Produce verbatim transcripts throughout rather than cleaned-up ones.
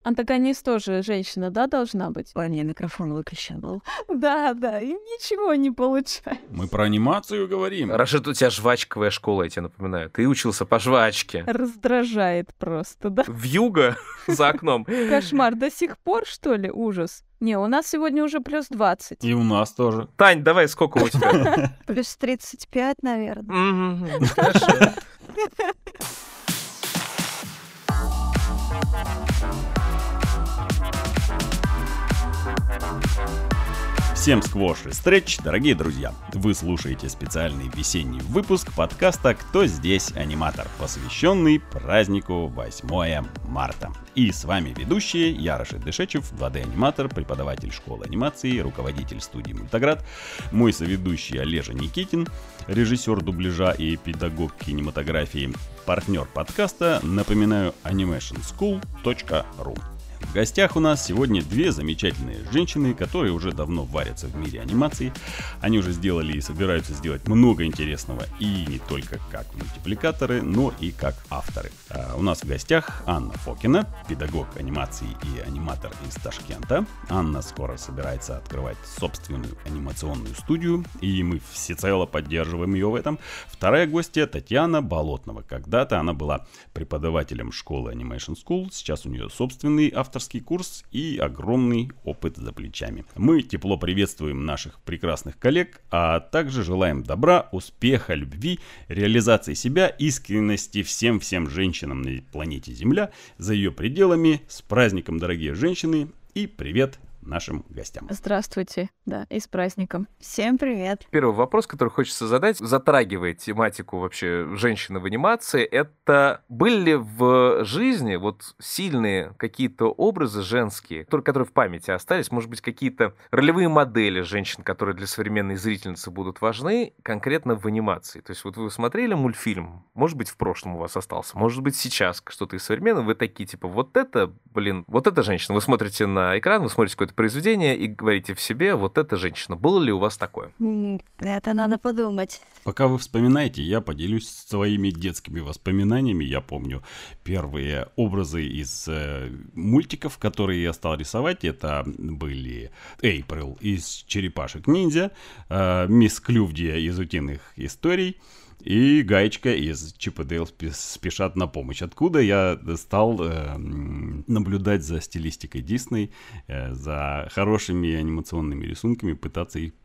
Антагонист тоже женщина, да, должна быть? Ой, мне микрофон выключен был. Да, да, и ничего не получается. Мы про анимацию говорим. Рашид, у тебя жвачковая школа, я тебе напоминаю. Ты учился по жвачке. Раздражает просто, да? Вьюга за окном. Кошмар, до сих пор, что ли? Ужас. Не, у нас сегодня уже плюс двадцать. И у нас тоже. Тань, давай, сколько у тебя? Плюс тридцать пять, наверное. Мгм, хорошо. Всем сквош и стретч, дорогие друзья! Вы слушаете специальный весенний выпуск подкаста «Кто здесь аниматор?», посвященный празднику восьмое марта. И с вами ведущие, я Рашид Дышечев, два дэ-аниматор, преподаватель школы анимации, руководитель студии «Мультаград», мой соведущий Олежа Никитин, режиссер дубляжа и педагог кинематографии, партнер подкаста, напоминаю, анимэйшн скул точка ру. В гостях у нас сегодня две замечательные женщины, которые уже давно варятся в мире анимации. Они уже сделали и собираются сделать много интересного, и не только как мультипликаторы, но и как авторы. А у нас в гостях Анна Фокина, педагог анимации и аниматор из Ташкента. Анна скоро собирается открывать собственную анимационную студию, и мы всецело поддерживаем ее в этом. Вторая гостья Татьяна Болотнова. Когда-то она была преподавателем школы Animation School, сейчас у нее собственный автор авторский курс и огромный опыт за плечами. Мы тепло приветствуем наших прекрасных коллег, а также желаем добра, успеха, любви, реализации себя, искренности всем-всем женщинам на планете Земля, за ее пределами. С праздником, дорогие женщины, и привет нашим гостям. Здравствуйте, да, и с праздником. Всем привет. Первый вопрос, который хочется задать, затрагивает тематику вообще женщины в анимации, это были ли в жизни вот сильные какие-то образы женские, которые в памяти остались, может быть, какие-то ролевые модели женщин, которые для современной зрительницы будут важны, конкретно в анимации? То есть вот вы смотрели мультфильм, может быть, в прошлом у вас остался, может быть, сейчас что-то из современного, вы такие, типа, вот это, блин, вот эта женщина, вы смотрите на экран, вы смотрите какое-то произведение и говорите в себе, вот эта женщина. Было ли у вас такое? Это надо подумать. Пока вы вспоминаете, я поделюсь своими детскими воспоминаниями. Я помню первые образы из э, мультиков, которые я стал рисовать. Это были Эйприл из «Черепашек-ниндзя», э, мисс Клювдия из «Утиных историй», и Гаечка из «Чип и Дейл спешат на помощь». Откуда я стал э, наблюдать за стилистикой Дисней, э, за хорошими анимационными рисунками, пытаться их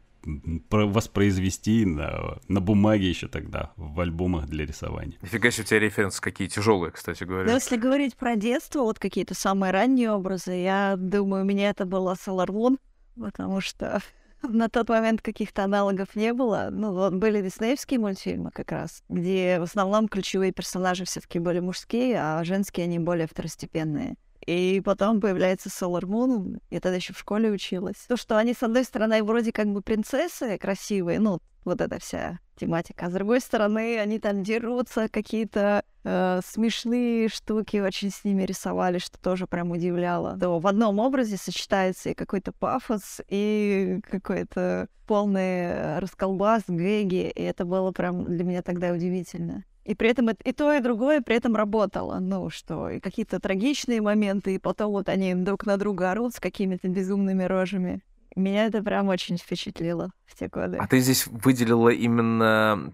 воспроизвести на, на бумаге еще тогда, в альбомах для рисования. Нифига себе, у тебя референсы какие тяжелые, кстати говоря. Но если говорить про детство, вот какие-то самые ранние образы, я думаю, у меня это было Sailor Moon, потому что на тот момент каких-то аналогов не было. Ну, вот были диснеевские мультфильмы как раз, где в основном ключевые персонажи все-таки были мужские, а женские они более второстепенные. И потом появляется Sailor Moon, я тогда еще в школе училась. То, что они, с одной стороны, вроде как бы принцессы красивые, ну, вот эта вся тематика. А с другой стороны, они там дерутся, какие-то э, смешные штуки очень с ними рисовали, что тоже прям удивляло. То в одном образе сочетается и какой-то пафос, и какой-то полный расколбас, гэги, и это было прям для меня тогда удивительно. И при этом и то, и другое при этом работало. Ну, что и какие-то трагичные моменты, и потом вот они друг на друга орут с какими-то безумными рожами. Меня это прям очень впечатлило в те годы. А ты здесь выделила именно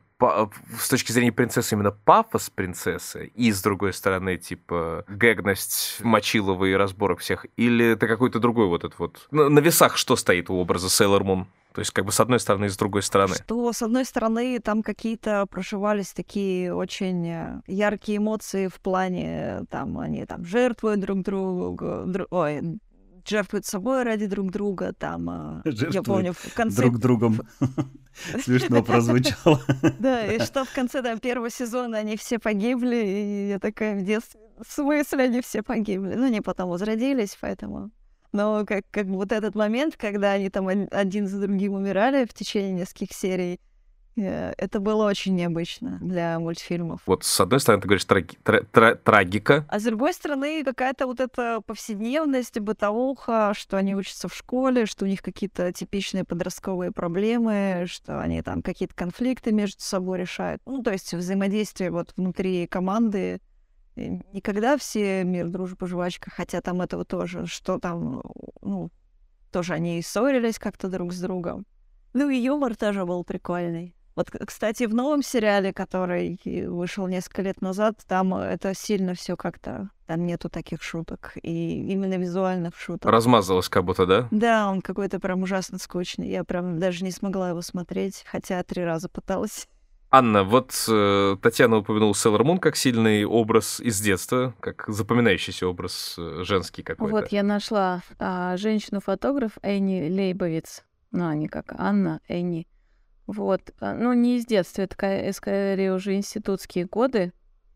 с точки зрения принцессы именно пафос принцессы и, с другой стороны, типа, гэгность Мочилова и разборок всех? Или это какой-то другой вот этот вот... На весах что стоит у образа Sailor Moon? То есть как бы с одной стороны и с другой стороны. Что, с одной стороны, там какие-то проживались такие очень яркие эмоции в плане, там, они там жертвуют друг друга, дру... ой, жертвуют собой ради друг друга, там, жертвуют я помню, в конце... друг другом. Смешно прозвучало. Да, и что в конце первого сезона они все погибли, и я такая в детстве, в смысле они все погибли? Ну, они потом возродились, поэтому... Но как, как вот этот момент, когда они там один за другим умирали в течение нескольких серий, это было очень необычно для мультфильмов. Вот с одной стороны, ты говоришь траги- тра- тра- трагика. А с другой стороны, какая-то вот эта повседневность, бытовуха, что они учатся в школе, что у них какие-то типичные подростковые проблемы, что они там какие-то конфликты между собой решают. Ну, то есть взаимодействие вот внутри команды И никогда все мир, дружба, жвачка, хотя там этого тоже, что там, ну, тоже они и ссорились как-то друг с другом. Ну и юмор тоже был прикольный. Вот, к- кстати, в новом сериале, который вышел несколько лет назад, там это сильно все как-то, там нету таких шуток, и именно визуальных шуток. Размазалось как будто, да? Да, он какой-то прям ужасно скучный. Я прям даже не смогла его смотреть, хотя три раза пыталась. Анна, вот э, Татьяна упомянула Sailor Moon как сильный образ из детства, как запоминающийся образ э, женский какой-то. Вот я нашла а, женщину-фотограф Энни Лейбовиц. Ну, они как Анна, Энни. Вот. А, Ну, не из детства, это ка- скорее уже институтские годы.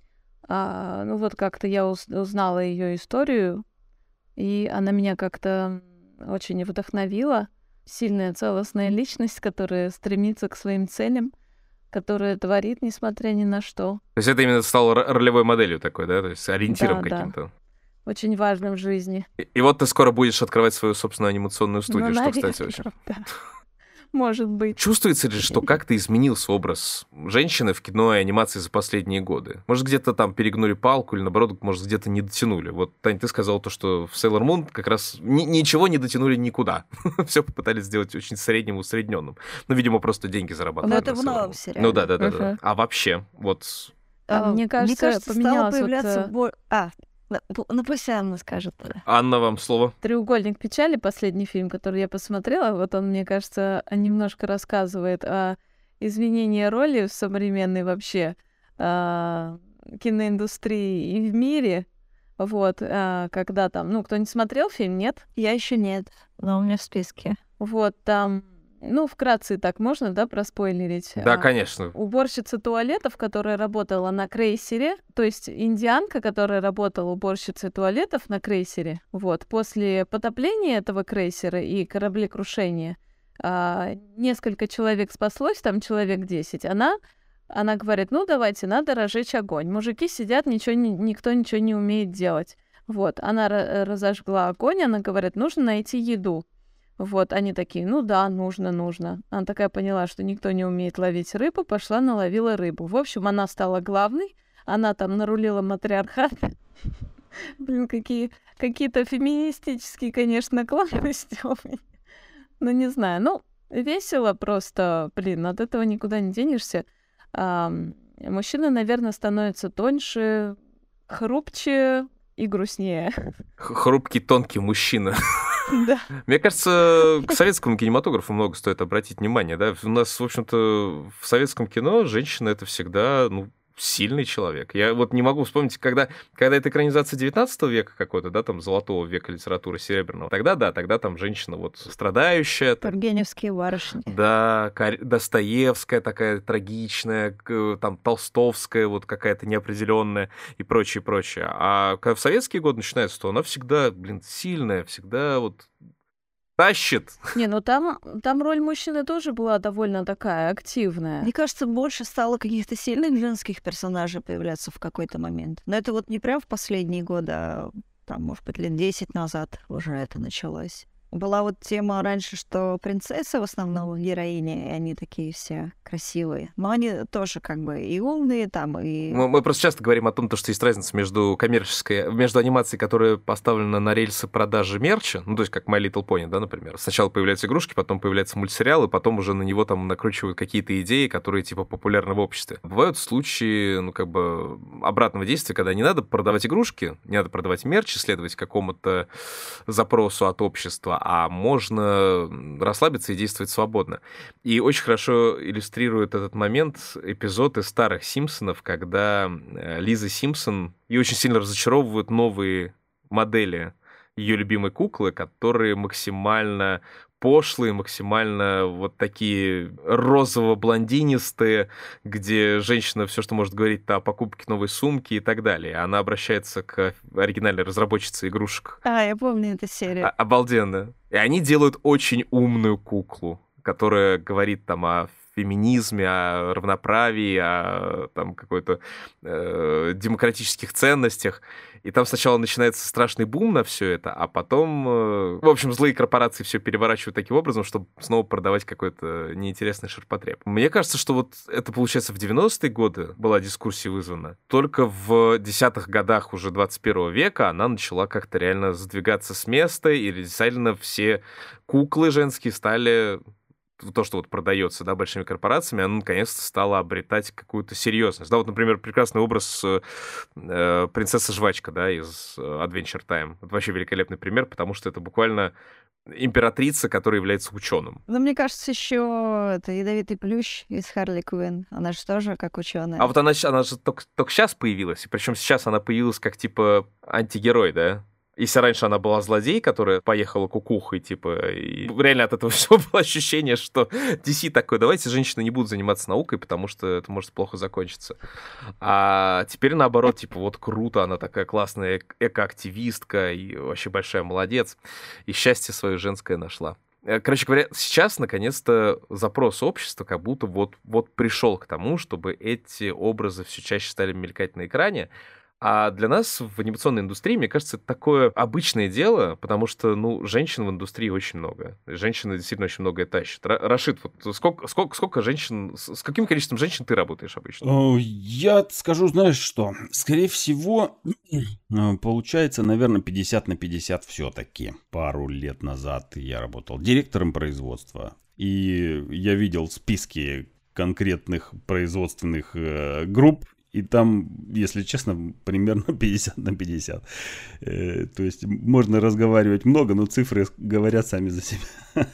А, ну, вот как-то я уз- узнала ее историю, и она меня как-то очень вдохновила. Сильная, целостная личность, которая стремится к своим целям, которая творит, несмотря ни на что. То есть это именно стало р- ролевой моделью такой, да? То есть ориентиром Да, да. каким-то. Очень важным в жизни. И, и вот ты скоро будешь открывать свою собственную анимационную студию, Ну, что, кстати, наверное, очень... да. Может быть. Чувствуется ли, что как-то изменился образ женщины в кино и анимации за последние годы? Может, где-то там перегнули палку или, наоборот, может, где-то не дотянули? Вот, Тань, ты сказал то, что в Sailor Moon как раз ни- ничего не дотянули никуда. Все попытались сделать очень средним, усредненным. Ну, видимо, просто деньги зарабатывать. Но на это в Sailor новом Moon. сериале. Ну да, да, да, да. Ага. А вообще, вот А мне кажется, стало поменялось вот, появляться... э, бо- А, ну, п- ну пусть Анна скажет тогда. Анна, вам слово. «Треугольник печали», последний фильм, который я посмотрела, вот он, мне кажется, немножко рассказывает о изменении роли в современной вообще а, киноиндустрии и в мире. Вот, а, когда там, ну, кто не смотрел фильм, нет? Я еще нет, но у меня в списке. Вот там, ну, вкратце так можно, да, проспойлерить? Да, А, конечно. Уборщица туалетов, которая работала на крейсере, то есть индианка, которая работала уборщицей туалетов на крейсере, вот, после потопления этого крейсера и кораблекрушения а, несколько человек спаслось, там человек десять, она, она говорит, ну, давайте, надо разжечь огонь. Мужики сидят, ничего, не- никто ничего не умеет делать. Вот, она ра- разожгла огонь, она говорит, нужно найти еду. Вот, они такие, ну да, нужно, нужно. Она такая поняла, что никто не умеет ловить рыбу, пошла наловила рыбу. В общем, она стала главной, она там нарулила матриархат. Блин, какие, какие-то феминистические, конечно, наклонности у меня. Ну, не знаю, ну, весело просто, блин, от этого никуда не денешься. Ам, мужчина, наверное, становится тоньше, хрупче и грустнее. Х- Хрупкий, тонкий мужчина. Да. Мне кажется, к советскому кинематографу много стоит обратить внимание, да. У нас, в общем-то, в советском кино женщина — это всегда, ну, сильный человек. Я вот не могу вспомнить, когда, когда это экранизация девятнадцатого века какой-то, да, там, золотого века литературы, серебряного. Тогда, да, тогда там женщина вот страдающая. так- Тургеневские барышни. Да, Кар- Достоевская такая трагичная, к- там, Толстовская вот какая-то неопределенная и прочее, прочее. А когда в советские годы начинается, то она всегда, блин, сильная, всегда вот тащит. Не, ну там, там роль мужчины тоже была довольно такая активная. Мне кажется, больше стало каких-то сильных женских персонажей появляться в какой-то момент. Но это вот не прям в последние годы, а там, может быть, лет десять назад уже это началось. Была вот тема раньше, что принцессы в основном героини, и они такие все красивые. Но они тоже как бы и умные там, и... Мы, мы просто часто говорим о том, то, что есть разница между коммерческой, между анимацией, которая поставлена на рельсы продажи мерча, ну, то есть как My Little Pony, да, например. Сначала появляются игрушки, потом появляется мультсериал, и потом уже на него там накручивают какие-то идеи, которые, типа, популярны в обществе. Бывают случаи, ну, как бы, обратного действия, когда не надо продавать игрушки, не надо продавать мерч, исследовать какому-то запросу от общества, а можно расслабиться и действовать свободно. И очень хорошо иллюстрирует этот момент эпизод из старых «Симпсонов», когда э, Лиза Симпсон, ее очень сильно разочаровывают новые модели ее любимой куклы, которые максимально пошлые, максимально вот такие розово-блондинистые, где женщина все, что может говорить, о покупке новой сумки и так далее. Она обращается к оригинальной разработчице игрушек. А, я помню эту А- серию. Обалденно. И они делают очень умную куклу, которая говорит там о феминизме, о равноправии, о там какой-то э, демократических ценностях. И там сначала начинается страшный бум на все это, а потом, э, в общем, злые корпорации все переворачивают таким образом, чтобы снова продавать какой-то неинтересный ширпотреб. Мне кажется, что вот это, получается, в девяностые годы была дискуссия вызвана. Только в десятых годах уже двадцать первого века она начала как-то реально сдвигаться с места, и реально все куклы женские стали... то, что вот продается, да, большими корпорациями, оно наконец-то стало обретать какую-то серьезность. Да, вот, например, прекрасный образ э, принцесса-жвачка, да, из Adventure Time. Это вообще великолепный пример, потому что это буквально императрица, которая является ученым. Ну, мне кажется, еще это ядовитый плющ из Харли Квинн. Она же тоже как ученая. А вот она, она же только, только сейчас появилась, и причем сейчас она появилась как, типа, антигерой, да? Если раньше она была злодей, которая поехала кукухой, типа, и реально от этого всего было ощущение, что ди си такой, давайте женщины не будут заниматься наукой, потому что это может плохо закончиться. А теперь наоборот, типа, вот круто, она такая классная экоактивистка и вообще большая молодец, и счастье свое женское нашла. Короче говоря, сейчас, наконец-то, запрос общества как будто вот, вот пришел к тому, чтобы эти образы все чаще стали мелькать на экране. А для нас в анимационной индустрии, мне кажется, это такое обычное дело, потому что, ну, женщин в индустрии очень много. Женщины действительно очень многое тащат. Рашид, вот сколько, сколько, сколько женщин, с каким количеством женщин ты работаешь обычно? Я скажу, знаешь что, скорее всего, получается, наверное, пятьдесят на пятьдесят все-таки. Пару лет назад я работал директором производства, и я видел списки конкретных производственных э, групп, и там, если честно, примерно пятьдесят на пятьдесят. Э, то есть можно разговаривать много, но цифры говорят сами за себя.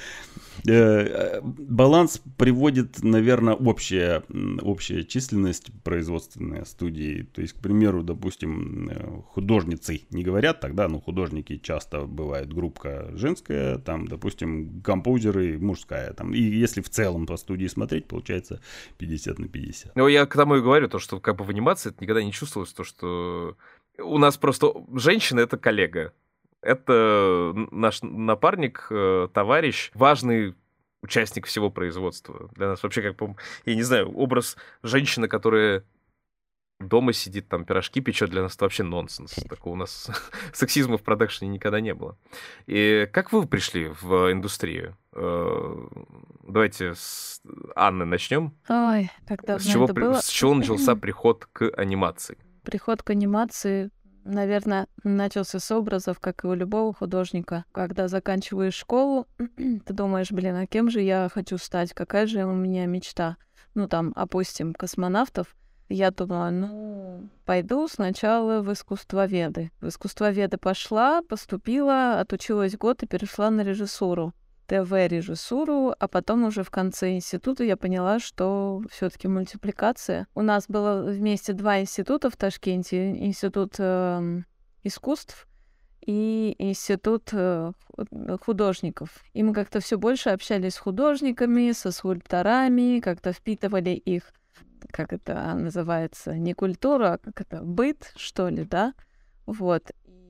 Э, баланс приводит, наверное, общая, общая численность производственной студии. То есть, к примеру, допустим, художницы не говорят тогда, но художники часто бывает группа женская, там, допустим, композеры мужская. Там. И если в целом по студии смотреть, получается пятьдесят на пятьдесят. Ну, я к тому и говорю, то, что как бы в анимации это никогда не чувствовалось, то, что у нас просто женщина — это коллега. Это наш напарник, товарищ, важный участник всего производства. Для нас вообще, как бы, я не знаю, образ женщины, которая дома сидит, там, пирожки печет, для нас это вообще нонсенс. Такого у нас сексизма в продакшене никогда не было. И как вы пришли в индустрию? Давайте с Анны начнем. Ой, как давно с чего, это было? С чего начался приход к анимации? Приход к анимации, наверное, начался с образов, как и у любого художника. Когда заканчиваешь школу, ты думаешь, блин, а кем же я хочу стать? Какая же у меня мечта? Ну, там, опустим, космонавтов. Я думала, ну, пойду сначала в искусствоведы. В искусствоведы пошла, поступила, отучилась год и перешла на режиссуру. ТВ-режиссуру, а потом уже в конце института я поняла, что все-таки мультипликация. У нас было вместе два института в Ташкенте. Институт э, искусств и институт э, художников. И мы как-то все больше общались с художниками, со скульпторами, как-то впитывали их, как это называется, не культура, а как это, быт, что ли, да? Вот.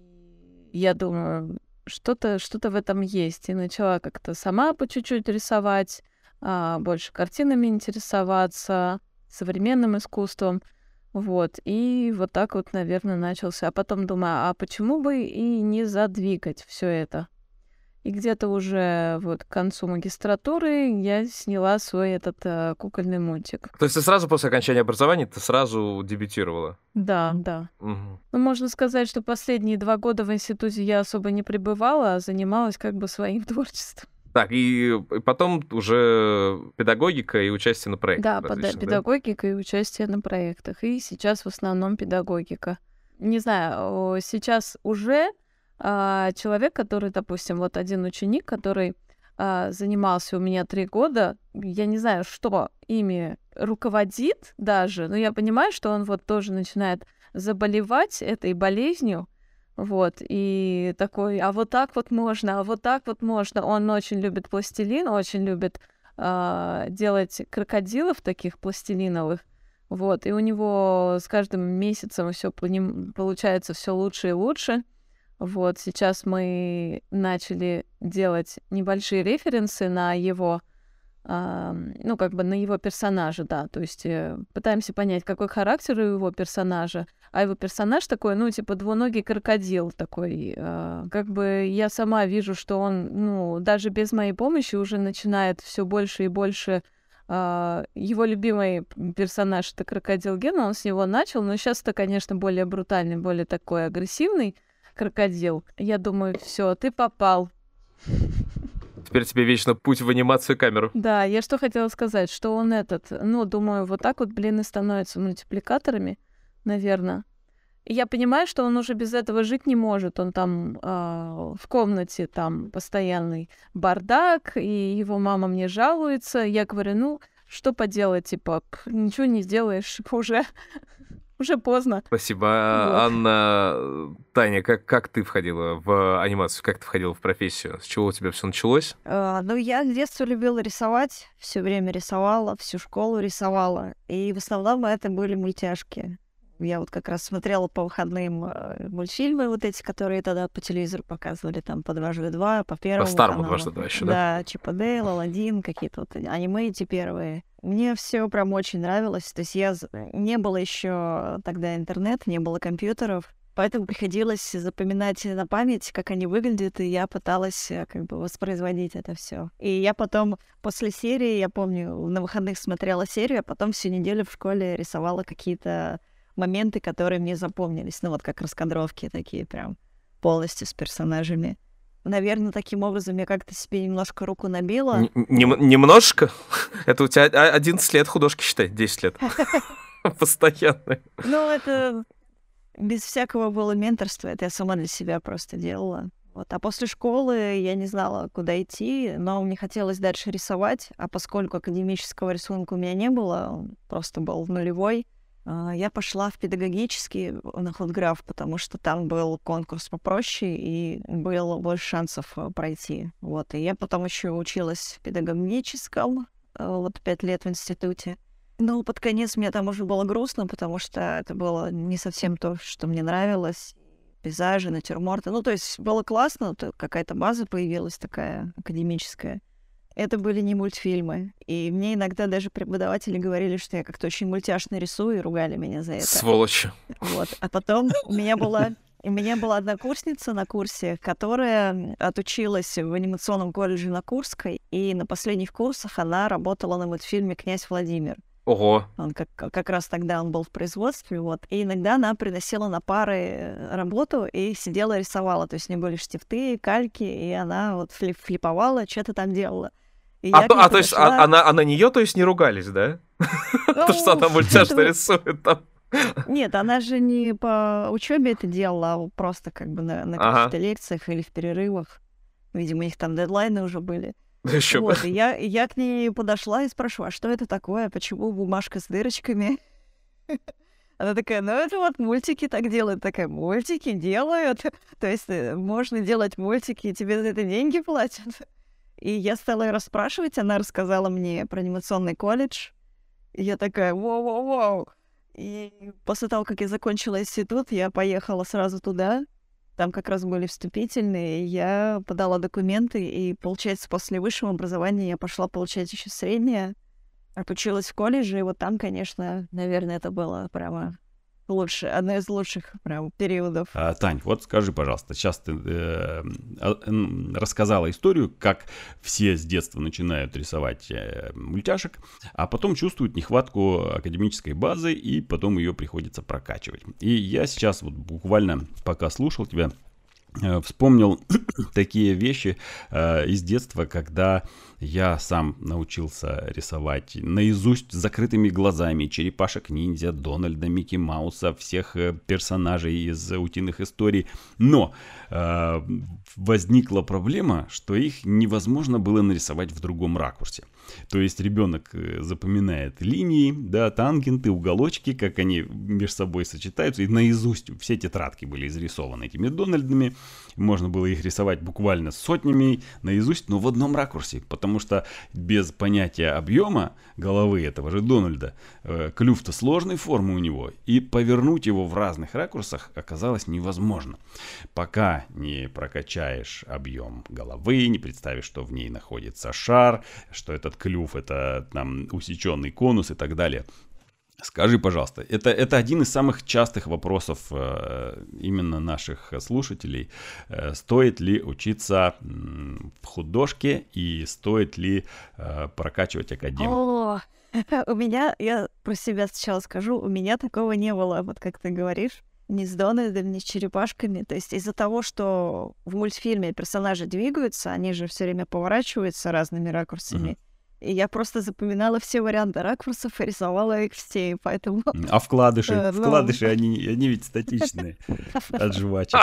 Я думаю, что-то, что-то в этом есть. И начала как-то сама по чуть-чуть рисовать, а, больше картинами интересоваться, современным искусством. Вот. И вот так вот, наверное, начался. А потом думаю, а почему бы и не задвигать все это? И где-то уже вот к концу магистратуры я сняла свой этот а, кукольный мультик. То есть ты сразу после окончания образования ты сразу дебютировала? Да, да. Угу. Ну, можно сказать, что последние два года в институте я особо не пребывала, а занималась как бы своим творчеством. Так, и потом уже педагогика и участие на проектах. Да, да, педагогика и участие на проектах. И сейчас в основном педагогика. Не знаю, сейчас уже а, человек, который, допустим, вот один ученик, который а, занимался у меня три года, я не знаю, что ими руководит даже, но я понимаю, что он вот тоже начинает заболевать этой болезнью, вот, и такой, а вот так вот можно, а вот так вот можно. Он очень любит пластилин, очень любит а, делать крокодилов таких пластилиновых, вот, и у него с каждым месяцем все получается все лучше и лучше. Вот, сейчас мы начали делать небольшие референсы на его а, ну, как бы на его персонажа, да, то есть э, пытаемся понять, какой характер у его персонажа, а его персонаж такой, ну, типа двуногий крокодил такой, а, как бы я сама вижу, что он, ну, даже без моей помощи уже начинает все больше и больше, а, его любимый персонаж — это крокодил Гена, он с него начал, но сейчас это, конечно, более брутальный, более такой агрессивный крокодил. Я думаю, все, ты попал. Теперь тебе вечно путь в анимацию камеру. Да, я что хотела сказать, что он этот, ну, думаю, вот так вот блины становятся мультипликаторами, наверное. И я понимаю, что он уже без этого жить не может. Он там э, в комнате там постоянный бардак, и его мама мне жалуется. Я говорю, ну, что поделать, типа, ничего не сделаешь, уже, уже поздно. Спасибо, Вот. Анна. Таня, как, как ты входила в анимацию, как ты входила в профессию? С чего у тебя все началось? А, ну, я с детства любила рисовать, все время рисовала, всю школу рисовала. И в основном это были мультяшки. Я вот как раз смотрела по выходным э, мультфильмы вот эти, которые тогда по телевизору показывали, там по дважды два, по первому По старому каналу. дважды два еще, да? Да, Чип и Дейл, Аладдин, какие-то вот аниме эти первые. Мне все прям очень нравилось. То есть я з- не было еще тогда интернета, не было компьютеров, поэтому приходилось запоминать на память, как они выглядят, и я пыталась э, как бы воспроизводить это все. И я потом после серии, я помню, на выходных смотрела серию, а потом всю неделю в школе рисовала какие-то моменты, которые мне запомнились. Ну вот как раскадровки такие прям полностью с персонажами. Наверное, таким образом я как-то себе немножко руку набила. Н- нем- Немножко? Это у тебя о- одиннадцать лет художки, считай, десять лет. Постоянно. Ну, это без всякого было менторства, это я сама для себя просто делала. Вот. А после школы я не знала, куда идти, но мне хотелось дальше рисовать, а поскольку академического рисунка у меня не было, он просто был нулевой, а, я пошла в педагогический на худграф, потому что там был конкурс попроще и было больше шансов а, пройти. Вот. И я потом еще училась в педагогическом, а, вот пять лет в институте. Ну, под конец мне там уже было грустно, потому что это было не совсем то, что мне нравилось. Пейзажи, натюрморты. Ну, то есть было классно, то какая-то база появилась такая академическая. Это были не мультфильмы. И мне иногда даже преподаватели говорили, что я как-то очень мультяшно рисую, и ругали меня за это. Сволочь. Вот. А потом у меня была... У меня была одна курсница на курсе, которая отучилась в анимационном колледже на Курской, и на последних курсах она работала на мультфильме «Князь Владимир». Ого. Он как, как раз тогда он был в производстве, вот. И иногда она приносила на пары работу и сидела рисовала. То есть у нее были штифты, кальки, и она вот флип флиповала, что-то там делала. И А, я к то, ней а то есть подошла. а, а на, а на нее, то есть, не ругались, да? То, что она Ну, мультяшно это- рисует там. Нет, она же не по учебе это делала, а просто как бы на, на Ага. каких-то лекциях или в перерывах. Видимо, у них там дедлайны уже были. Еще бы. Вот, и я, и я к ней подошла и спрашиваю, а что это такое? Почему бумажка с дырочками? Она такая, ну это вот мультики так делают. Такая, мультики делают? То есть э, можно делать мультики, и тебе за это деньги платят? И я стала ее расспрашивать, она рассказала мне про анимационный колледж. И я такая, воу-воу-воу. И после того, как я закончила институт, я поехала сразу туда. Там как раз были вступительные. и Я подала документы, и, получается, после высшего образования я пошла получать еще среднее. Отучилась в колледже, и вот там, конечно, наверное, это было прямо лучше, одно из лучших прям периодов. А, Тань, вот скажи, пожалуйста, сейчас ты э, а, м, рассказала историю, как все с детства начинают рисовать э, мультяшек, а потом чувствуют нехватку академической базы, и потом ее приходится прокачивать. И я сейчас вот буквально, пока слушал тебя, э, вспомнил такие вещи э, из детства, когда я сам научился рисовать наизусть с закрытыми глазами черепашек-ниндзя, Дональда, Микки Мауса, всех э, персонажей из утиных историй. Но э, возникла проблема, что их невозможно было нарисовать в другом ракурсе. То есть ребенок э, запоминает линии, да, тангенты, уголочки, как они между собой сочетаются. И наизусть все тетрадки были изрисованы этими Дональдами. Можно было их рисовать буквально сотнями наизусть, но в одном ракурсе. Потому что без понятия объема головы этого же Дональда э, клюв-то сложной формы у него. И повернуть его в разных ракурсах оказалось невозможно. Пока не прокачали представишь объем головы, не представишь, что в ней находится шар, что этот клюв — это там усеченный конус и так далее. Скажи, пожалуйста, это, это один из самых частых вопросов э, именно наших слушателей. Э, стоит ли учиться э, в художке и стоит ли э, прокачивать академию? О, у меня, я про себя сначала скажу, у меня такого не было, вот как ты говоришь, ни с Дональдом, ни с черепашками. То есть из-за того, что в мультфильме персонажи двигаются, они же все время поворачиваются разными ракурсами. Mm-hmm. И я просто запоминала все варианты ракурсов и рисовала их все, и поэтому... А вкладыши? Э, ну... Вкладыши, они, они ведь статичные от жвачек.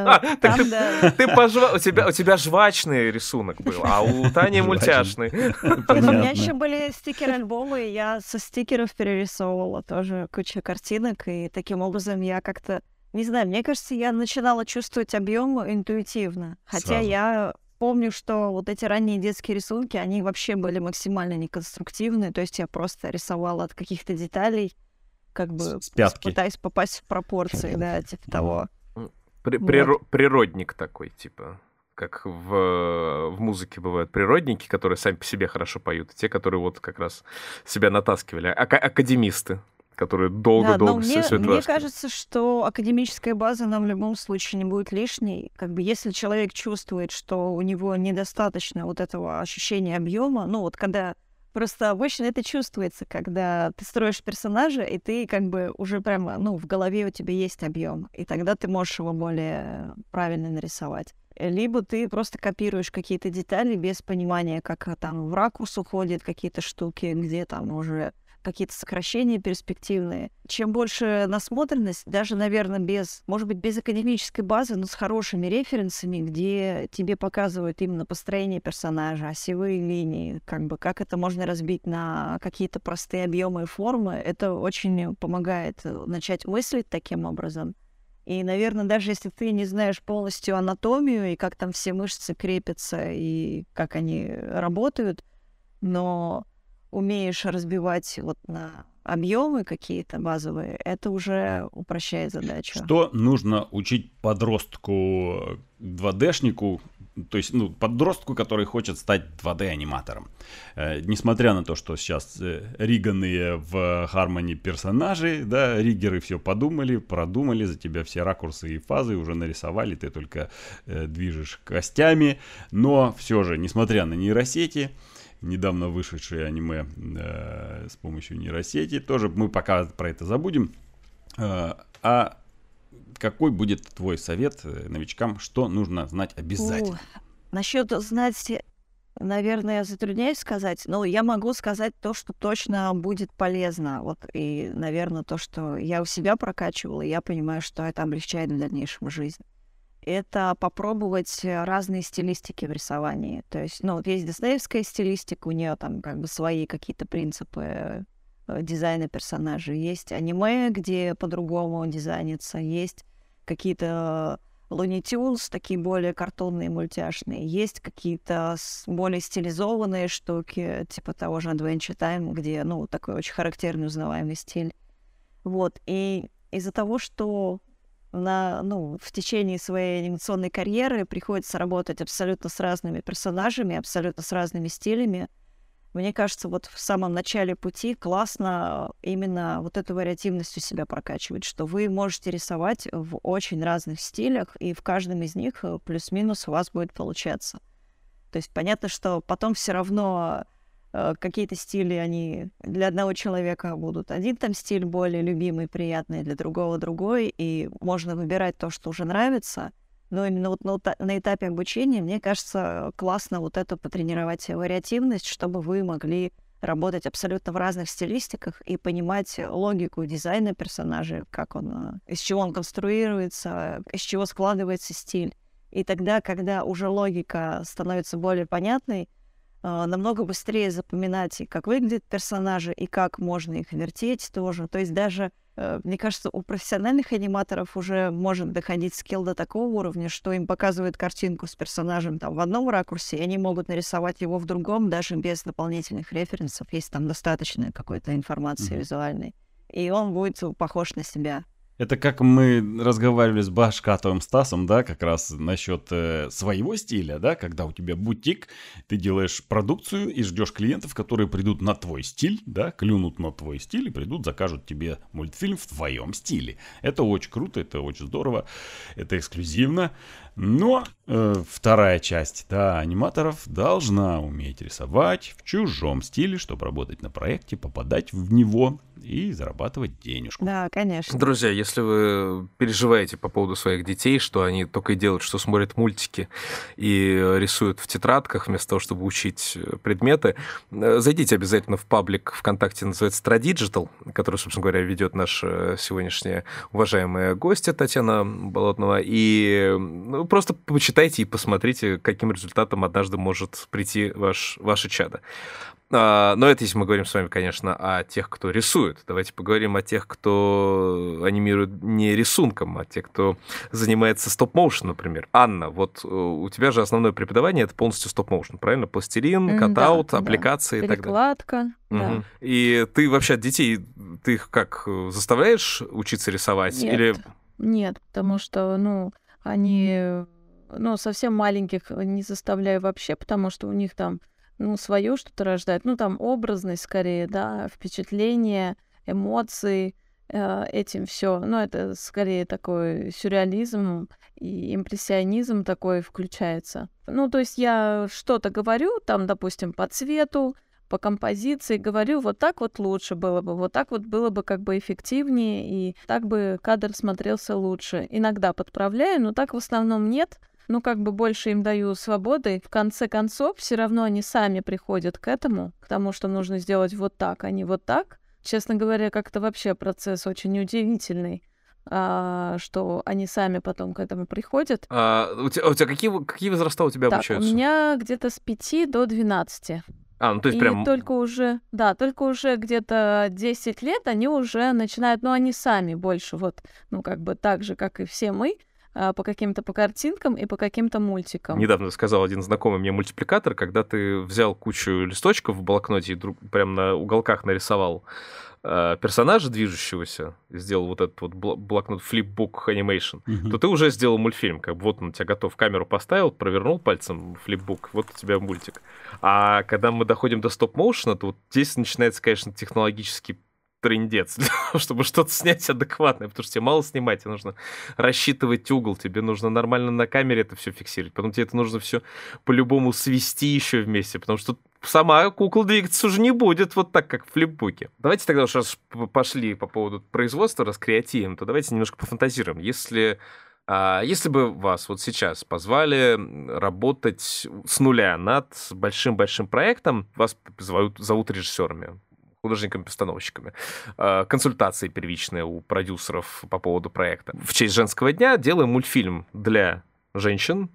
Ты пожва... У тебя жвачный рисунок был, а у Тани мультяшный. У меня еще были стикер-альбомы, и я со стикеров перерисовывала тоже кучу картинок, и таким образом я как-то... Не знаю, мне кажется, я начинала чувствовать объем интуитивно. Хотя я... Помню, что вот эти ранние детские рисунки, они вообще были максимально неконструктивные, то есть я просто рисовала от каких-то деталей, как бы пытаясь попасть в пропорции, да, типа того. При- прир- вот. Природник такой, типа, как в, в музыке бывают природники, которые сами по себе хорошо поют, и те, которые вот как раз себя натаскивали, а- академисты, которые долго-долго да, все мне, это мне кажется, что академическая база нам в любом случае не будет лишней. Как бы если человек чувствует, что у него недостаточно вот этого ощущения объема, ну вот когда просто обычно это чувствуется, когда ты строишь персонажа, и ты как бы уже прямо, ну, в голове у тебя есть объем, и тогда ты можешь его более правильно нарисовать. Либо ты просто копируешь какие-то детали без понимания, как там в ракурс уходят какие-то штуки, где там уже какие-то сокращения перспективные. Чем больше насмотренность, даже, наверное, без, может быть, без академической базы, но с хорошими референсами, где тебе показывают именно построение персонажа, осевые линии, как бы как это можно разбить на какие-то простые объемы и формы, это очень помогает начать мыслить таким образом. И, наверное, даже если ты не знаешь полностью анатомию и как там все мышцы крепятся и как они работают, но умеешь разбивать вот на объемы какие-то базовые, это уже упрощает задачу. Что нужно учить подростку два дэ-шнику, то есть ну, подростку, который хочет стать два дэ-аниматором? Э, несмотря на то, что сейчас э, риганные в Harmony персонажи, да, риггеры все подумали, продумали, за тебя все ракурсы и фазы уже нарисовали, ты только э, движешь костями, но все же, несмотря на нейросети, недавно вышедшее аниме э, с помощью нейросети. Тоже мы пока про это забудем. Э, а какой будет твой совет новичкам, что нужно знать обязательно? Насчет знать, наверное, я затрудняюсь сказать, но я могу сказать то, что точно будет полезно. Вот, и, наверное, то, что я у себя прокачивала, я понимаю, что это облегчает в дальнейшем жизнь. Это попробовать разные стилистики в рисовании. То есть, ну, вот есть диснеевская стилистика, у нее там как бы свои какие-то принципы дизайна персонажей. Есть аниме, где по-другому дизайнится. Есть какие-то Looney Tunes, такие более картонные, мультяшные. Есть какие-то более стилизованные штуки, типа того же Adventure Time, где, ну, такой очень характерный, узнаваемый стиль. Вот. И из-за того, что На, ну, в течение своей анимационной карьеры приходится работать абсолютно с разными персонажами, абсолютно с разными стилями. Мне кажется, вот в самом начале пути классно именно вот эту вариативность у себя прокачивать, что вы можете рисовать в очень разных стилях, и в каждом из них плюс-минус у вас будет получаться. То есть понятно, что потом все равно какие-то стили, они для одного человека будут один там стиль более любимый, приятный, для другого другой, и можно выбирать то, что уже нравится. Но именно вот на, на этапе обучения, мне кажется, классно вот это потренировать вариативность, чтобы вы могли работать абсолютно в разных стилистиках и понимать логику дизайна персонажа, как он, из чего он конструируется, из чего складывается стиль. И тогда, когда уже логика становится более понятной, намного быстрее запоминать, как выглядят персонажи, и как можно их вертеть тоже. То есть даже, мне кажется, у профессиональных аниматоров уже может доходить скилл до такого уровня, что им показывают картинку с персонажем там в одном ракурсе, и они могут нарисовать его в другом, даже без дополнительных референсов, если там достаточно какой-то информации mm-hmm. визуальной. И он будет похож на себя. Это как мы разговаривали с Башкатовым Стасом, да, как раз насчет э, своего стиля, да, когда у тебя бутик, ты делаешь продукцию и ждешь клиентов, которые придут на твой стиль, да, клюнут на твой стиль и придут, закажут тебе мультфильм в твоем стиле. Это очень круто, это очень здорово, это эксклюзивно. Но э, вторая часть, да, аниматоров должна уметь рисовать в чужом стиле, чтобы работать на проекте, попадать в него и зарабатывать денежку. Да, конечно. Друзья, если вы переживаете по поводу своих детей, что они только и делают, что смотрят мультики и рисуют в тетрадках вместо того, чтобы учить предметы, зайдите обязательно в паблик ВКонтакте, называется Tradigital, который, собственно говоря, ведет наша сегодняшняя уважаемая гостья Татьяна Болотнова, и ну, просто почитайте и посмотрите, к каким результатам однажды может прийти ваш, ваше чадо. Но это если мы говорим с вами, конечно, о тех, кто рисует. Давайте поговорим о тех, кто анимирует не рисунком, а тех, кто занимается стоп-моушен, например. Анна, вот у тебя же основное преподавание — это полностью стоп-моушен, правильно? Пластилин, катаут, да, аппликации да. и так далее. Перекладка, да. Угу. И ты вообще от детей, ты их как, заставляешь учиться рисовать? Нет, или... нет, потому что, ну, они, ну, совсем маленьких не заставляю вообще, потому что у них там ну, свое что-то рождает, ну, там, образность скорее, да, впечатления, эмоции, э, этим все. Ну, это скорее такой сюрреализм и импрессионизм такой включается. Ну, то есть я что-то говорю, там, допустим, по цвету, по композиции, говорю, вот так вот лучше было бы, вот так вот было бы как бы эффективнее, и так бы кадр смотрелся лучше. Иногда подправляю, но так в основном нет. Ну, как бы больше им даю свободы. В конце концов, все равно они сами приходят к этому, к тому, что нужно сделать вот так, а не вот так. Честно говоря, как-то вообще процесс очень удивительный, а, что они сами потом к этому приходят. А, у тебя, у тебя какие, какие возраста у тебя так, обучаются? У меня где-то с пяти до двенадцати. А, ну то есть и прям... только уже, да, только уже где-то десять лет они уже начинают, ну, они сами больше, вот, ну, как бы так же, как и все мы, по каким-то по картинкам и по каким-то мультикам. Недавно сказал один знакомый мне мультипликатор, когда ты взял кучу листочков в блокноте и друг, прям на уголках нарисовал э, персонажа движущегося, сделал вот этот вот блокнот Flipbook Animation, mm-hmm. то ты уже сделал мультфильм. Как бы вот он у тебя готов, камеру поставил, провернул пальцем Flipbook, вот у тебя мультик. А когда мы доходим до стоп-моушена, то вот здесь начинается, конечно, технологический трындец, чтобы что-то снять адекватное, потому что тебе мало снимать, тебе нужно рассчитывать угол, тебе нужно нормально на камере это все фиксировать, потом тебе это нужно все по-любому свести еще вместе, потому что сама кукла двигаться уже не будет вот так, как в флипбуке. Давайте тогда уж раз пошли по поводу производства, раскреативим, то давайте немножко пофантазируем. Если, а, если бы вас вот сейчас позвали работать с нуля над большим-большим проектом, вас зовут, зовут режиссерами, художниками-постановщиками, консультации первичные у продюсеров по поводу проекта. В честь женского дня делаем мультфильм для женщин,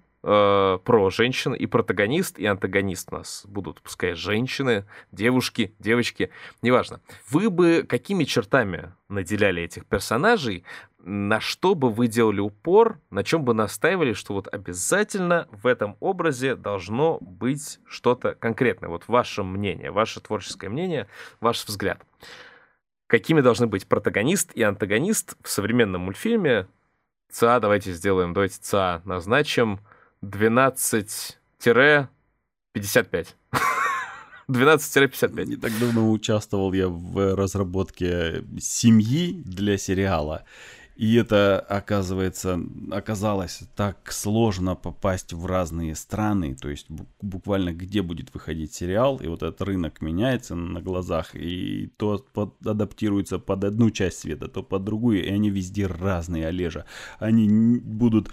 про женщин, и протагонист, и антагонист у нас будут, пускай женщины, девушки, девочки, неважно. Вы бы какими чертами наделяли этих персонажей, на что бы вы делали упор, на чем бы настаивали, что вот обязательно в этом образе должно быть что-то конкретное, вот ваше мнение, ваше творческое мнение, ваш взгляд. Какими должны быть протагонист и антагонист в современном мультфильме? ЦА давайте сделаем, давайте ЦА назначим двенадцать пятьдесят пять. двенадцать пятьдесят пять. Не так давно участвовал я в разработке семьи для сериала. И это, оказывается, оказалось так сложно попасть в разные страны, то есть буквально где будет выходить сериал, и вот этот рынок меняется на глазах, и то под, адаптируется под одну часть света, то под другую, и они везде разные, Олежа. Они будут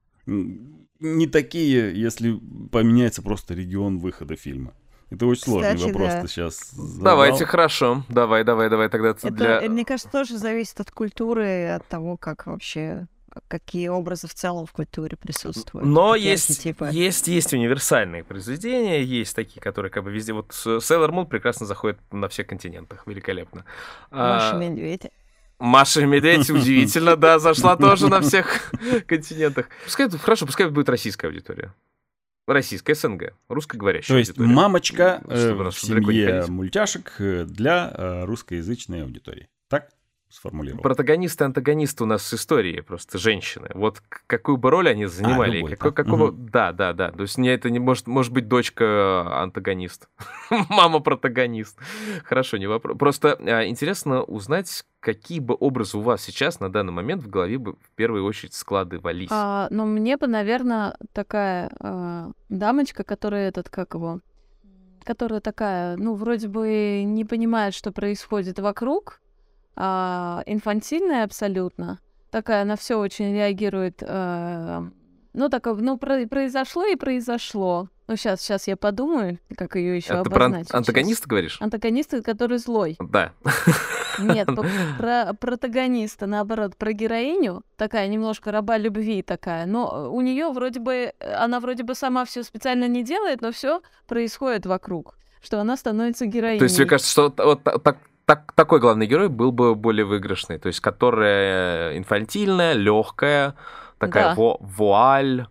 не такие, если поменяется просто регион выхода фильма. Это очень сложный Кстати, вопрос да. ты сейчас задал. Давайте, хорошо. Давай, давай, давай тогда Это, для... мне кажется, тоже зависит от культуры, от того, как вообще, какие образы в целом в культуре присутствуют. Но Такие есть, архетипы. есть, есть универсальные произведения, есть такие, которые как бы везде... Вот Sailor Moon прекрасно заходит на всех континентах, великолепно. Маша А, Медведь. Маша и Медведь, удивительно, да, зашла тоже на всех континентах. Пускай, хорошо, пускай будет российская аудитория. Российская СНГ, русскоговорящая То есть аудитория. мамочка э, Чтобы в нас далеко не семье ходить. мультяшек э, для э, русскоязычной аудитории. Так? сформулировал. Протагонисты и антагонисты у нас с истории просто женщины. Вот какую бы роль они занимали? А, любой, какой, да? какого... Угу. Да, да, да. То есть мне это не может, может быть дочка антагонист, мама протагонист. Хорошо, не вопрос. Просто а, интересно узнать, какие бы образы у вас сейчас на данный момент в голове бы в первую очередь складывались. А, ну, мне бы, наверное, такая а, дамочка, которая этот, как его, которая такая, ну, вроде бы не понимает, что происходит вокруг, а, инфантильная абсолютно, такая, на все очень реагирует, а, ну, так, ну, про- произошло и произошло. Ну, сейчас, сейчас я подумаю, как ее еще Это про обозначить. ан- антагониста Щас. говоришь? Антагонист, который злой. Да. Нет, по- про протагониста, наоборот, про героиню, такая немножко раба любви такая, но у нее вроде бы, она вроде бы сама все специально не делает, но все происходит вокруг, что она становится героиней. То есть, мне кажется, что вот так, так, такой главный герой был бы более выигрышный, то есть, которая инфантильная, легкая, такая Да. во- вуаль,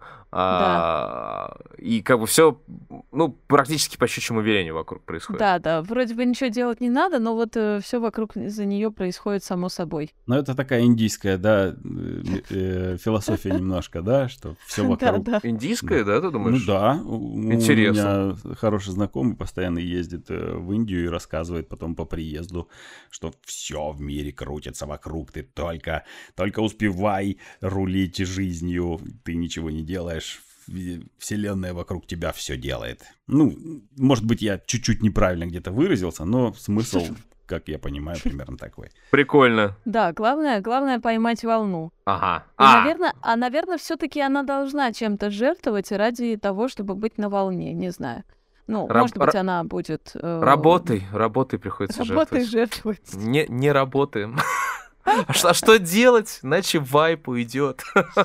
а, и как бы все, ну, практически по щучьему велению вокруг происходит. Да, да, вроде бы ничего делать не надо, но вот все вокруг за нее происходит само собой. Ну, это такая индийская, да, э, э, философия немножко, да, что все Да, вокруг. да. Индийская, да, ты Ну думаешь? да, у Интересно. у меня хороший знакомый постоянно ездит э, в Индию и рассказывает потом по приезду, что все в мире крутится вокруг, ты только, только успевай рулить жизнью, ты ничего не делаешь, в- вселенная вокруг тебя все делает. Ну, может быть, я чуть-чуть неправильно где-то выразился, но смысл, как я понимаю, примерно такой. Прикольно. Да, главное, главное поймать волну. Ага. И, А, наверное, а, наверное, все-таки она должна чем-то жертвовать ради того, чтобы быть на волне, не знаю. Ну, Раб- может быть, ра- она будет... э, работай, работай приходится Работой жертвовать. жертвовать. Не, не работаем. А что, а что делать? Иначе вайп уйдет.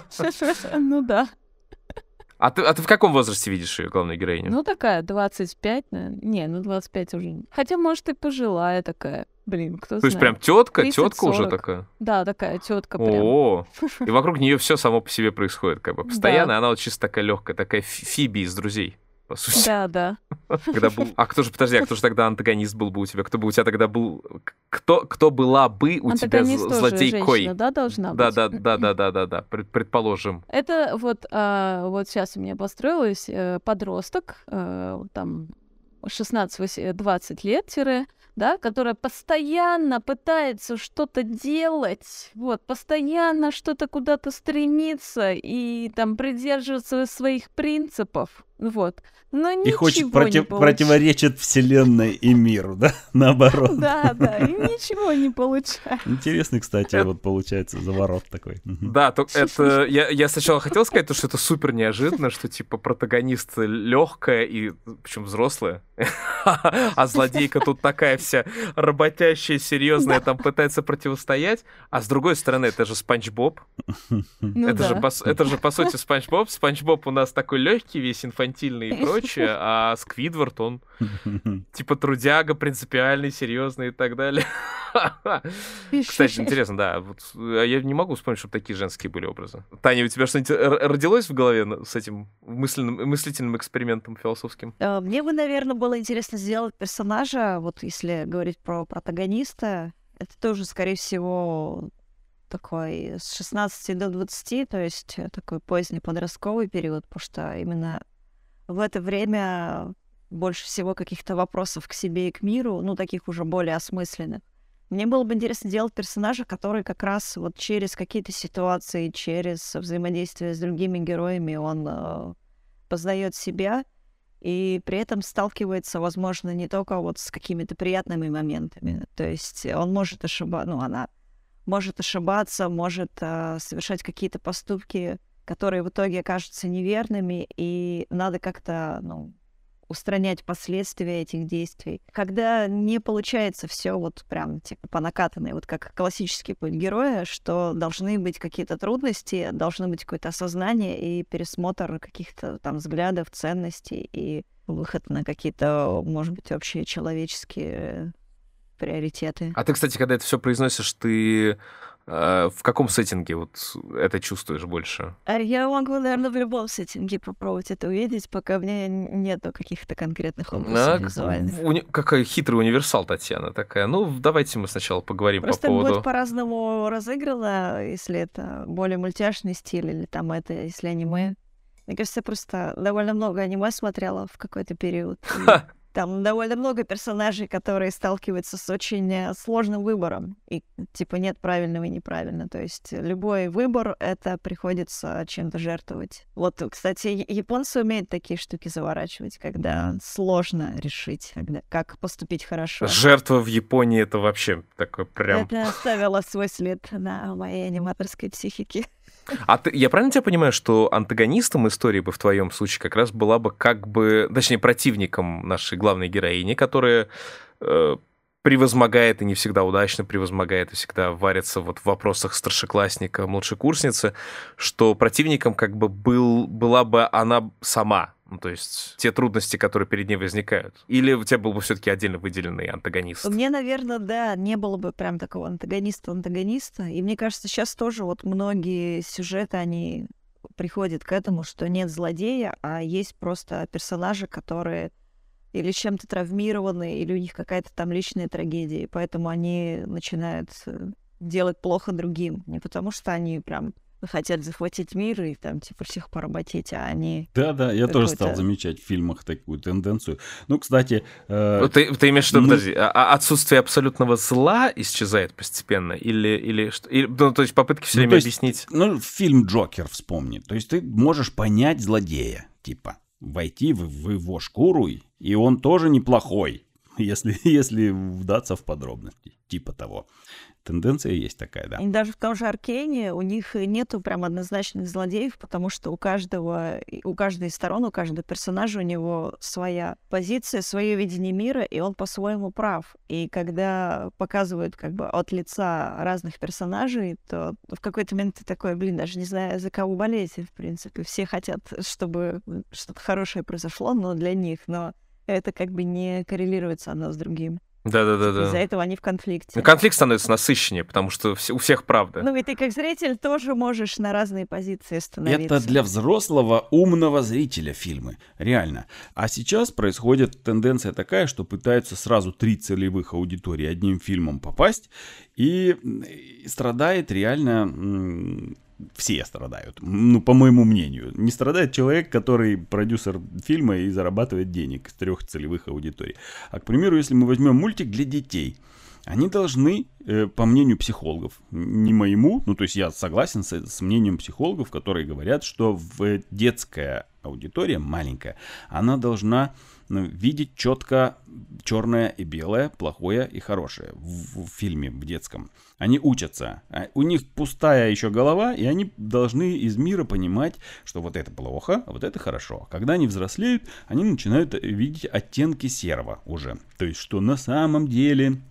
Ну да. А ты, а ты в каком возрасте видишь ее главную героиню? Ну такая, двадцать пять, наверное. Не, ну двадцать пять уже. Хотя, может, и пожилая такая. Блин, кто То есть знает. прям тетка, тридцать тетка уже сорок. такая. Да, такая тетка прям. О, и вокруг нее все само по себе происходит, как бы постоянно. Да. Она вот чисто такая легкая, такая Фи- Фиби из друзей, по сути. Да, да. Когда был... А кто же, подожди, а кто же тогда антагонист был бы у тебя? Кто бы у тебя тогда был... Кто, кто была бы у тебя Антагонист зл- тоже злодейкой? женщина, да, должна Да, быть? да, да, да, да, да, да, пред- предположим. Это вот, а, вот сейчас у меня построилась э, подросток, э, там шестнадцать-двадцать лет, тире, да, которая постоянно пытается что-то делать, вот, постоянно что-то куда-то стремится и там придерживаться своих принципов, вот. Но И ничего хочет не против, получ- противоречит вселенной и миру, да, наоборот. Да, да, и ничего не получается. Интересный, кстати, Это- вот получается заворот такой. Мгм. Да, то это я, я сначала хотел сказать, то, что это супер неожиданно, что типа протагонист легкая и причем взрослая, а злодейка тут такая вся работящая, серьезная, там пытается противостоять. А с другой стороны, это же Спанч Боб. Ну это, да. же по, с- это же по сути Спанч Боб. Спанч Боб у нас такой легкий, весь инфантильный и прочее, а Сквидвард он типа трудяга, принципиальный, серьезный и так далее. Кстати, интересно, да. Вот, а я не могу вспомнить, чтобы такие женские были образы. Таня, у тебя что-нибудь р- родилось в голове на- с этим мысленным, мыслительным экспериментом философским? Э, Мне бы, наверное, было интересно сделать персонажа, вот если говорить про протагониста, это тоже, скорее всего, такой с шестнадцати до двадцати, то есть э, такой поздний подростковый период, потому что именно в это время больше всего каких-то вопросов к себе и к миру, ну, таких уже более осмысленных. Мне было бы интересно делать персонажа, который как раз вот через какие-то ситуации, через взаимодействие с другими героями он э, познает себя и при этом сталкивается, возможно, не только вот с какими-то приятными моментами. То есть он может ошибаться, ну, она может ошибаться, может э, совершать какие-то поступки, которые в итоге окажутся неверными, и надо как-то, ну, устранять последствия этих действий. Когда не получается все вот прям типа по накатанной, вот как классический путь героя, что должны быть какие-то трудности, должно быть какое-то осознание и пересмотр каких-то там взглядов, ценностей и выход на какие-то, может быть, общие человеческие приоритеты. А ты, кстати, когда это все произносишь, ты Э, в каком сеттинге вот это чувствуешь больше? А я могу, наверное, в любом сеттинге попробовать это увидеть, пока у меня нету каких-то конкретных образов А, визуальных. уни- какой хитрый универсал Татьяна такая. Ну, давайте мы сначала поговорим Просто по поводу... будет по-разному разыграно, если это более мультяшный стиль, или там это, если аниме. Мне кажется, я просто довольно много аниме смотрела в какой-то период. И Ха! там довольно много персонажей, которые сталкиваются с очень э, сложным выбором. И типа нет правильного и неправильно. То есть любой выбор — это приходится чем-то жертвовать. Вот, кстати, я- японцы умеют такие штуки заворачивать, когда сложно решить, когда, как поступить хорошо. Жертва в Японии — это вообще такой прям... Это оставило свой след на моей аниматорской психике. А ты, я правильно тебя понимаю, что антагонистом истории бы в твоем случае как раз была бы как бы, точнее, противником нашей главной героини, которая э, превозмогает, и не всегда удачно превозмогает, и всегда варится вот в вопросах старшеклассника, младшекурсницы, что противником как бы был, была бы она сама, ну, то есть те трудности, которые перед ней возникают. Или у тебя был бы все-таки отдельно выделенный антагонист? Мне, наверное, да, не было бы прям такого антагониста-антагониста. И мне кажется, сейчас тоже вот многие сюжеты, они приходят к этому, что нет злодея, а есть просто персонажи, которые или чем-то травмированы, или у них какая-то там личная трагедия, и поэтому они начинают э, делать плохо другим. Не потому что они прям хотят захватить мир и там типа всех поработить, а они... Да-да, я тоже какой-то- стал замечать в фильмах такую тенденцию. Ну, кстати, э, Вот Ты, ты имеешь в виду, ну- подожди, а- а отсутствие абсолютного зла исчезает постепенно? Или, или, что- или ну, то есть попытки все Ну, время то есть, объяснить... ну, фильм «Джокер» вспомни. То есть ты можешь понять злодея, типа, войти в, в его шкуру, и он тоже неплохой, если, если вдаться в подробности, типа того. Тенденция есть такая, да. И даже в том же Аркейне у них нету прям однозначных злодеев, потому что у каждого, у каждой из сторон, у каждого персонажа у него своя позиция, свое видение мира, и он по-своему прав. И когда показывают как бы от лица разных персонажей, то в какой-то момент ты такой, блин, даже не знаю, за кого болеть, в принципе. Все хотят, чтобы что-то хорошее произошло, но для них, но это как бы не коррелируется одно с другим. Да-да-да. Из-за этого они в конфликте. Ну, конфликт становится насыщеннее, потому что все- у всех правда. Ну и ты как зритель тоже можешь на разные позиции становиться. Это для взрослого умного зрителя фильмы, реально. А сейчас происходит тенденция такая, что пытаются сразу три целевых аудитории одним фильмом попасть, и страдает реально... м, все страдают, ну, по моему мнению. Не страдает человек, который продюсер фильма и зарабатывает денег с трех целевых аудиторий. А, к примеру, если мы возьмем мультик для детей, они должны, э, по мнению психологов, не моему, ну, то есть я согласен с, с мнением психологов, которые говорят, что в детская аудитория маленькая, она должна ну, видеть четко черное и белое, плохое и хорошее в, в фильме, в детском. Они учатся, а у них пустая еще голова, и они должны из мира понимать, что вот это плохо, а вот это хорошо. Когда они взрослеют, они начинают видеть оттенки серого уже. То есть, что на самом деле...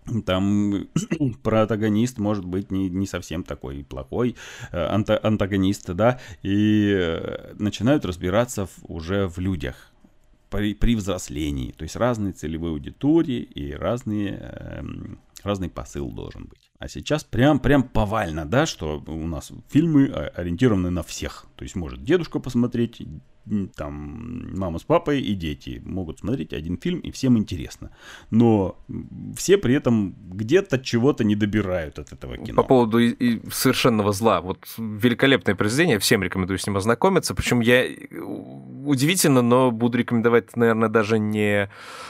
Там протагонист может быть не, не совсем такой плохой, э, анта, антагонист, да, и э, начинают разбираться в, уже в людях при, при взрослении. То есть разные целевые аудитории и разные, э, разный посыл должен быть. А сейчас прям, прям повально, да, что у нас фильмы ориентированы на всех. То есть может дедушка посмотреть, там мама с папой и дети могут смотреть один фильм, и всем интересно. Но все при этом где-то чего-то не добирают от этого кино. По поводу и, и совершенного зла. Вот великолепное произведение, всем рекомендую с ним ознакомиться. Причем я удивительно, но буду рекомендовать, наверное, даже не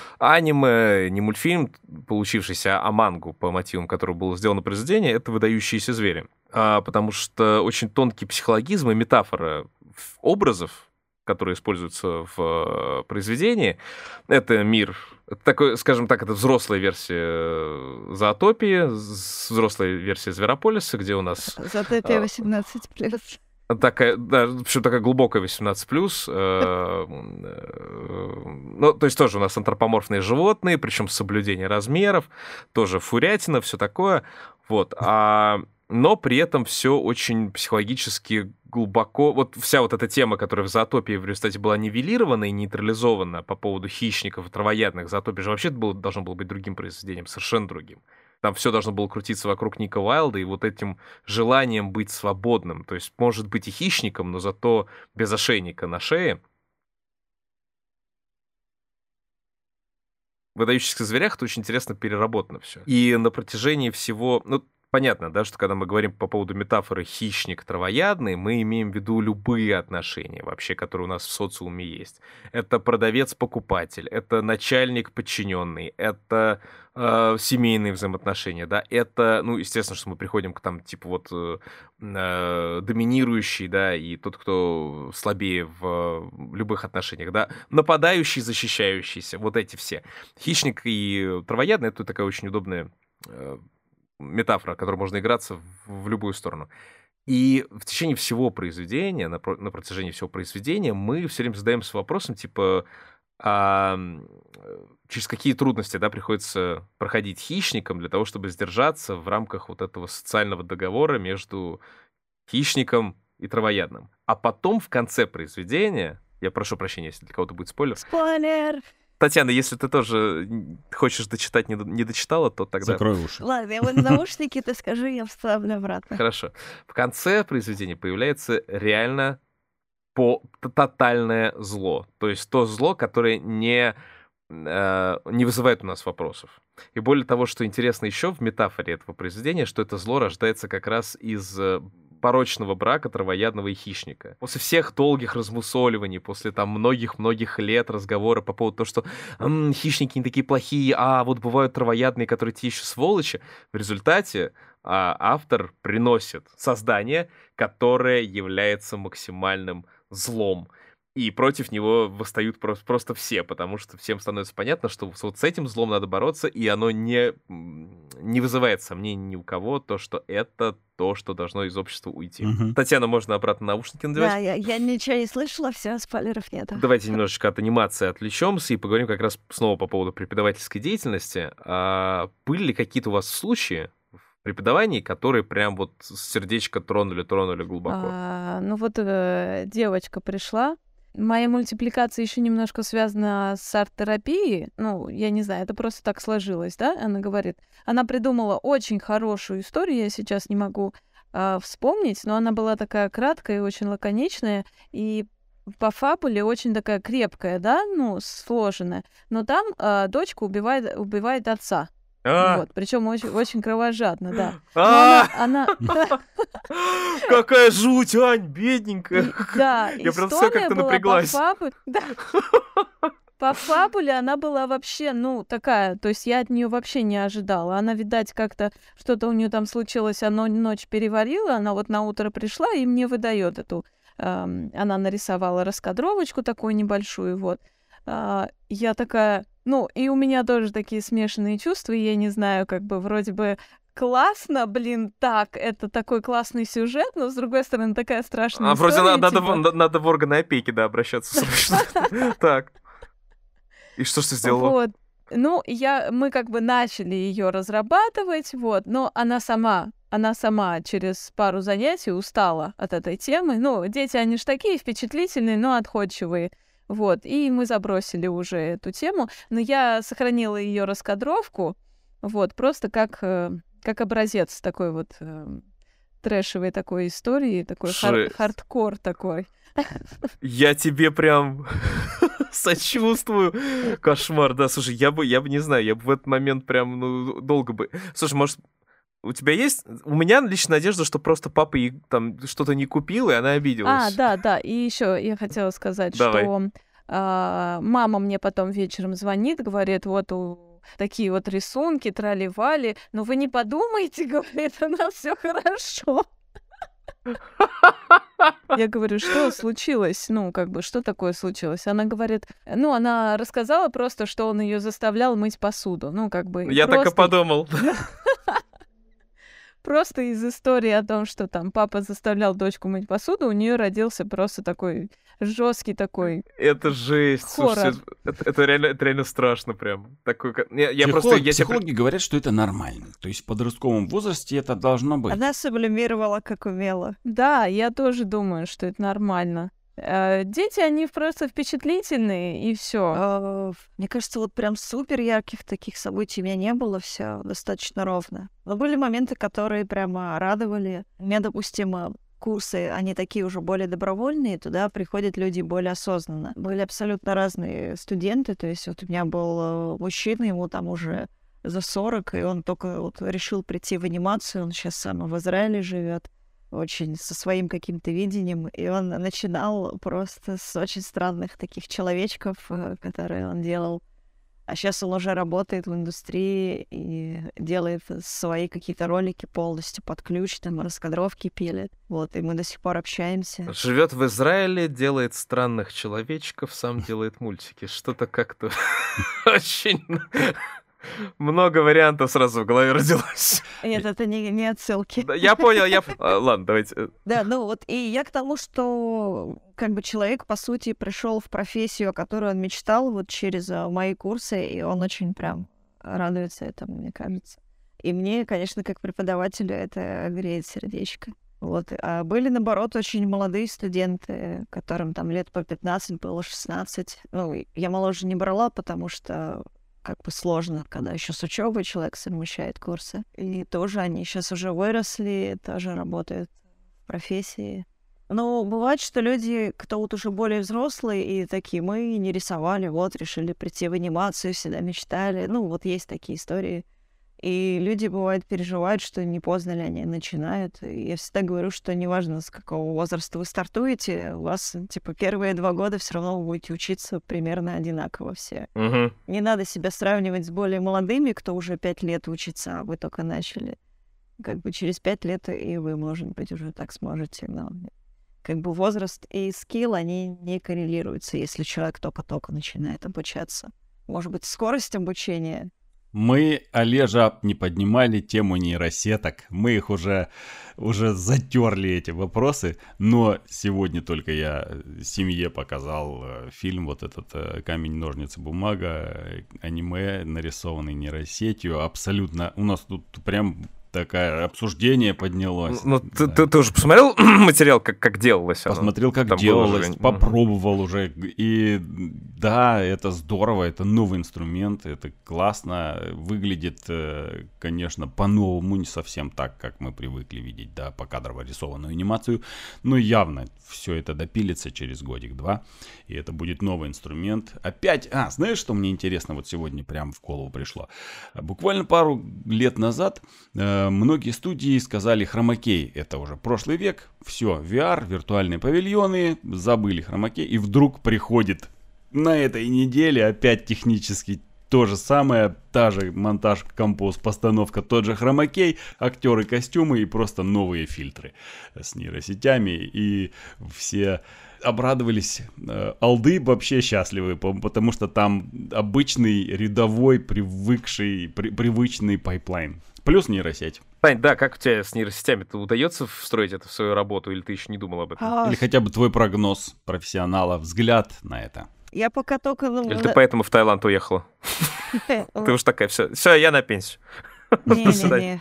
аниме, не мультфильм, получившийся, а мангу, по мотивам которого было сделано произведение, это «Выдающиеся звери». А, потому что очень тонкий психологизм и метафора образов, которые используются в произведении. Это мир, такой, скажем так, это взрослая версия Зоотопии, взрослая версия Зверополиса, где у нас... Зоотопия восемнадцать плюс. Такая, да, причем такая глубокая восемнадцать плюс. Ну, то есть тоже у нас антропоморфные животные, причем с соблюдением размеров, тоже фурятина, все такое. Вот. А, но при этом все очень психологически глубоко... Вот вся вот эта тема, которая в Зоотопии, в результате, была нивелирована и нейтрализована по поводу хищников, травоядных. Зоотопия же вообще было, должно было быть другим произведением, совершенно другим. Там все должно было крутиться вокруг Ника Уайлда и вот этим желанием быть свободным. То есть, может быть и хищником, но зато без ошейника на шее. В «Выдающихся зверях» это очень интересно переработано все. И на протяжении всего... Ну, понятно, да, что когда мы говорим по поводу метафоры «хищник травоядный», мы имеем в виду любые отношения вообще, которые у нас в социуме есть. Это продавец-покупатель, это начальник-подчиненный, это э, семейные взаимоотношения, да, это, ну, естественно, что мы приходим к там, типа, вот, э, э, доминирующий, да, и тот, кто слабее в, в любых отношениях, да, нападающий, защищающийся, вот эти все. Хищник и травоядный — это такая очень удобная э, метафора, которой можно играться в, в любую сторону. И в течение всего произведения, на, на протяжении всего произведения, мы все время задаемся вопросом, типа, а через какие трудности, да, приходится проходить хищникам для того, чтобы сдержаться в рамках вот этого социального договора между хищником и травоядным. А потом в конце произведения, я прошу прощения, если для кого-то будет спойлер. Спойлер! Татьяна, если ты тоже хочешь дочитать, не, не дочитала, то тогда... Закрой уши. Ладно, я вот наушники, ты скажи, я вставлю обратно. Хорошо. В конце произведения появляется реально по тотальное зло. То есть то зло, которое не, э, не вызывает у нас вопросов. И более того, что интересно еще в метафоре этого произведения, что это зло рождается как раз из порочного брака травоядного и хищника. После всех долгих размусоливаний, после там многих-многих лет разговора по поводу того, что м-м, хищники не такие плохие, а вот бывают травоядные, которые те еще сволочи, в результате а, автор приносит создание, которое является максимальным злом. И против него восстают просто, просто все, потому что всем становится понятно, что вот с этим злом надо бороться, и оно не, не вызывает сомнений ни у кого, то, что это то, что должно из общества уйти. Мгм. Татьяна, можно обратно наушники надевать? Да, я, я ничего не слышала, все, спойлеров нет. Давайте немножечко от анимации отвлечемся и поговорим как раз снова по поводу преподавательской деятельности. А были ли какие-то у вас случаи в преподавании, которые прям вот сердечко тронули, тронули глубоко? А, ну вот э, девочка пришла. Моя мультипликация еще немножко связана с арт-терапией. Ну, я не знаю, это просто так сложилось, да? Она говорит, она придумала очень хорошую историю, я сейчас не могу а, вспомнить, но она была такая краткая и очень лаконичная, и по фабуле очень такая крепкая, да, ну, сложенная. Но там а, дочка убивает, убивает отца. А! Вот, причем очень, очень кровожадно, да. Но А! она, она... Какая жуть, Ань, бедненькая. И- Да, Я прям всё история как-то была напряглась. по фабуле. Да. По фабуле она была вообще, ну, такая, то есть я от нее вообще не ожидала. Она, видать, как-то что-то у нее там случилось, она ночь переварила, она вот на утро пришла и мне выдает эту. эм, она нарисовала раскадровочку такую небольшую, вот. А, я такая, ну, и у меня тоже такие смешанные чувства, и я не знаю, как бы вроде бы классно, блин, так, это такой классный сюжет, но, с другой стороны, такая страшная А вроде история, надо, типа. надо, надо в органы опеки, да, обращаться срочно. Так. И что ж ты сделала? Вот. Ну, я, мы как бы начали ее разрабатывать, вот, но она сама, она сама через пару занятий устала от этой темы. Ну, дети, они ж такие впечатлительные, но отходчивые. Вот, и мы забросили уже эту тему, но я сохранила ее раскадровку, вот, просто как, э, как образец такой вот э, трэшевой такой истории, такой хар- Жесть. хардкор такой. Я тебе прям сочувствую. Кошмар, да. Слушай, я бы, я бы не знаю, я бы в этот момент прям, ну, долго бы... Слушай, может, у тебя есть... У меня лично надежда, что просто папа ей там что-то не купил, и она А, обиделась. да, да, и еще я хотела сказать, Давай. что а, мама мне потом вечером звонит, говорит, вот у такие вот рисунки, трали-вали, но вы не подумайте, говорит, у нас все хорошо. Я говорю, что случилось? Ну, как бы, что такое случилось? Она говорит, ну, она рассказала просто, что он ее заставлял мыть посуду. Ну, как бы... Я так и просто- подумал. Просто из истории о том, что там папа заставлял дочку мыть посуду, у нее родился просто такой жесткий такой. Это жесть. Хоррор. Слушайте, это, это реально, это реально страшно прям. Такой, как- я, я Психолог- просто... Я тебе... психологи говорят, что это нормально. То есть в подростковом возрасте это должно быть. Она сублимировала, как умела. Да, я тоже думаю, что это нормально. Э, Дети, они просто впечатлительные, и все. А, Мне кажется, вот прям супер ярких таких событий у меня не было, все достаточно ровно. Но были моменты, которые прямо радовали. У меня, допустим, э, курсы, они такие уже более добровольные, туда приходят люди более осознанно. Были абсолютно разные студенты, то есть вот у меня был э, мужчина, ему там уже за сорок, и он только вот решил прийти в анимацию, он сейчас сам в Израиле живет, очень со своим каким-то видением, и он начинал просто с очень странных таких человечков, э, которые он делал. А сейчас он уже работает в индустрии и делает свои какие-то ролики полностью под ключ, там раскадровки пилит. Вот, и мы до сих пор общаемся. Живет в Израиле, делает странных человечков, сам делает мультики. Что-то как-то очень много вариантов сразу в голове родилось. Нет, это не, не отсылки. Да, я понял, я... А, ладно, давайте. Да, ну вот, и я к тому, что как бы человек, по сути, пришел в профессию, о которой он мечтал, вот через а, мои курсы, и он очень прям радуется этому, мне кажется. И мне, конечно, как преподавателю это греет сердечко. Вот. А были, наоборот, очень молодые студенты, которым там лет по пятнадцать было, шестнадцать. Ну, я моложе не брала, потому что как бы сложно, когда еще с учебой человек совмещает курсы. И тоже они сейчас уже выросли, тоже работают в профессии. Но бывает, что люди, кто вот уже более взрослые, и такие, мы не рисовали, вот, решили прийти в анимацию, всегда мечтали. Ну, вот есть такие истории. И люди, бывает, переживают, что не поздно ли они начинают. И я всегда говорю, что неважно, с какого возраста вы стартуете, у вас, типа, первые два года все равно вы будете учиться примерно одинаково все. Угу. Не надо себя сравнивать с более молодыми, кто уже пять лет учится, а вы только начали. Как бы через пять лет и вы, может быть, уже так сможете. Но как бы возраст и скилл, они не коррелируются, если человек только-только начинает обучаться. Может быть, скорость обучения. Мы, Олежа, не поднимали тему нейросеток. Мы их уже, уже затерли, эти вопросы. Но сегодня только я семье показал фильм, вот этот «Камень, ножницы, бумага», аниме, нарисованный нейросетью. Абсолютно, у нас тут прям такое обсуждение поднялось. Ну, да. ты, ты, ты уже посмотрел материал, как, как делалось оно? Посмотрел, как Там делалось, же... попробовал уже. И да, это здорово, это новый инструмент, это классно. Выглядит, конечно, по-новому, не совсем так, как мы привыкли видеть, да, покадрово рисованную анимацию. Но явно все это допилится через годик-два, и это будет новый инструмент. Опять, а, знаешь, что мне интересно, вот сегодня прям в голову пришло? Буквально пару лет назад многие студии сказали: хромакей, это уже прошлый век, все, ви ар, виртуальные павильоны, забыли хромакей, и вдруг приходит на этой неделе опять технически то же самое, та же монтаж, композ, постановка, тот же хромакей, актеры, костюмы и просто новые фильтры с нейросетями, и все обрадовались. Алды вообще счастливы, потому что там обычный, рядовой, привыкший, при, привычный пайплайн. Плюс нейросеть. Тань, да, как у тебя с нейросетями-то удается встроить это в свою работу, или ты еще не думал об этом? А, Или хотя бы твой прогноз профессионала, взгляд на это. Я пока только... ну, Или ты поэтому в Таиланд уехала? Ты уж такая, все, все, я на пенсию. Не-не-не.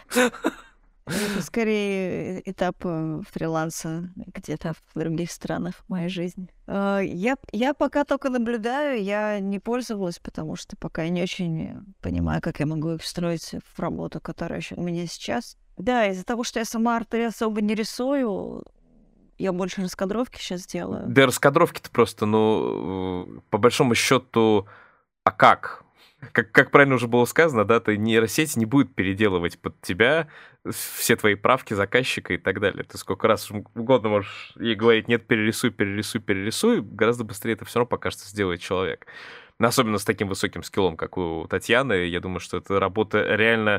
Это скорее этап э, фриланса где-то в других странах в моей жизни. Э, я, я пока только наблюдаю, я не пользовалась, потому что пока я не очень понимаю, как я могу их встроить в работу, которая еще у меня сейчас. Да, из-за того, что я сама арты особо не рисую, я больше раскадровки сейчас делаю. Да, раскадровки-то просто, ну, по большому счету, а как? Как, как правильно уже было сказано, да, ты нейросеть не будет переделывать под тебя все твои правки заказчика и так далее. Ты сколько раз угодно можешь ей говорить: нет, перерисуй, перерисуй, перерисуй, гораздо быстрее это все равно пока что сделает человек. Особенно с таким высоким скиллом, как у Татьяны. Я думаю, что эта работа реально...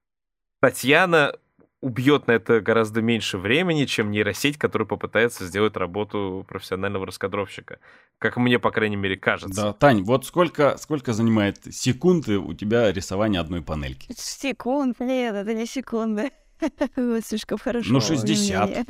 Татьяна убьет на это гораздо меньше времени, чем нейросеть, которая попытается сделать работу профессионального раскадровщика. Как мне, по крайней мере, кажется. Да, Тань, вот сколько, сколько занимает секунды у тебя рисование одной панельки? Секунд? Нет, это не секунды. Слишком хорошо. Ну, шестьдесят.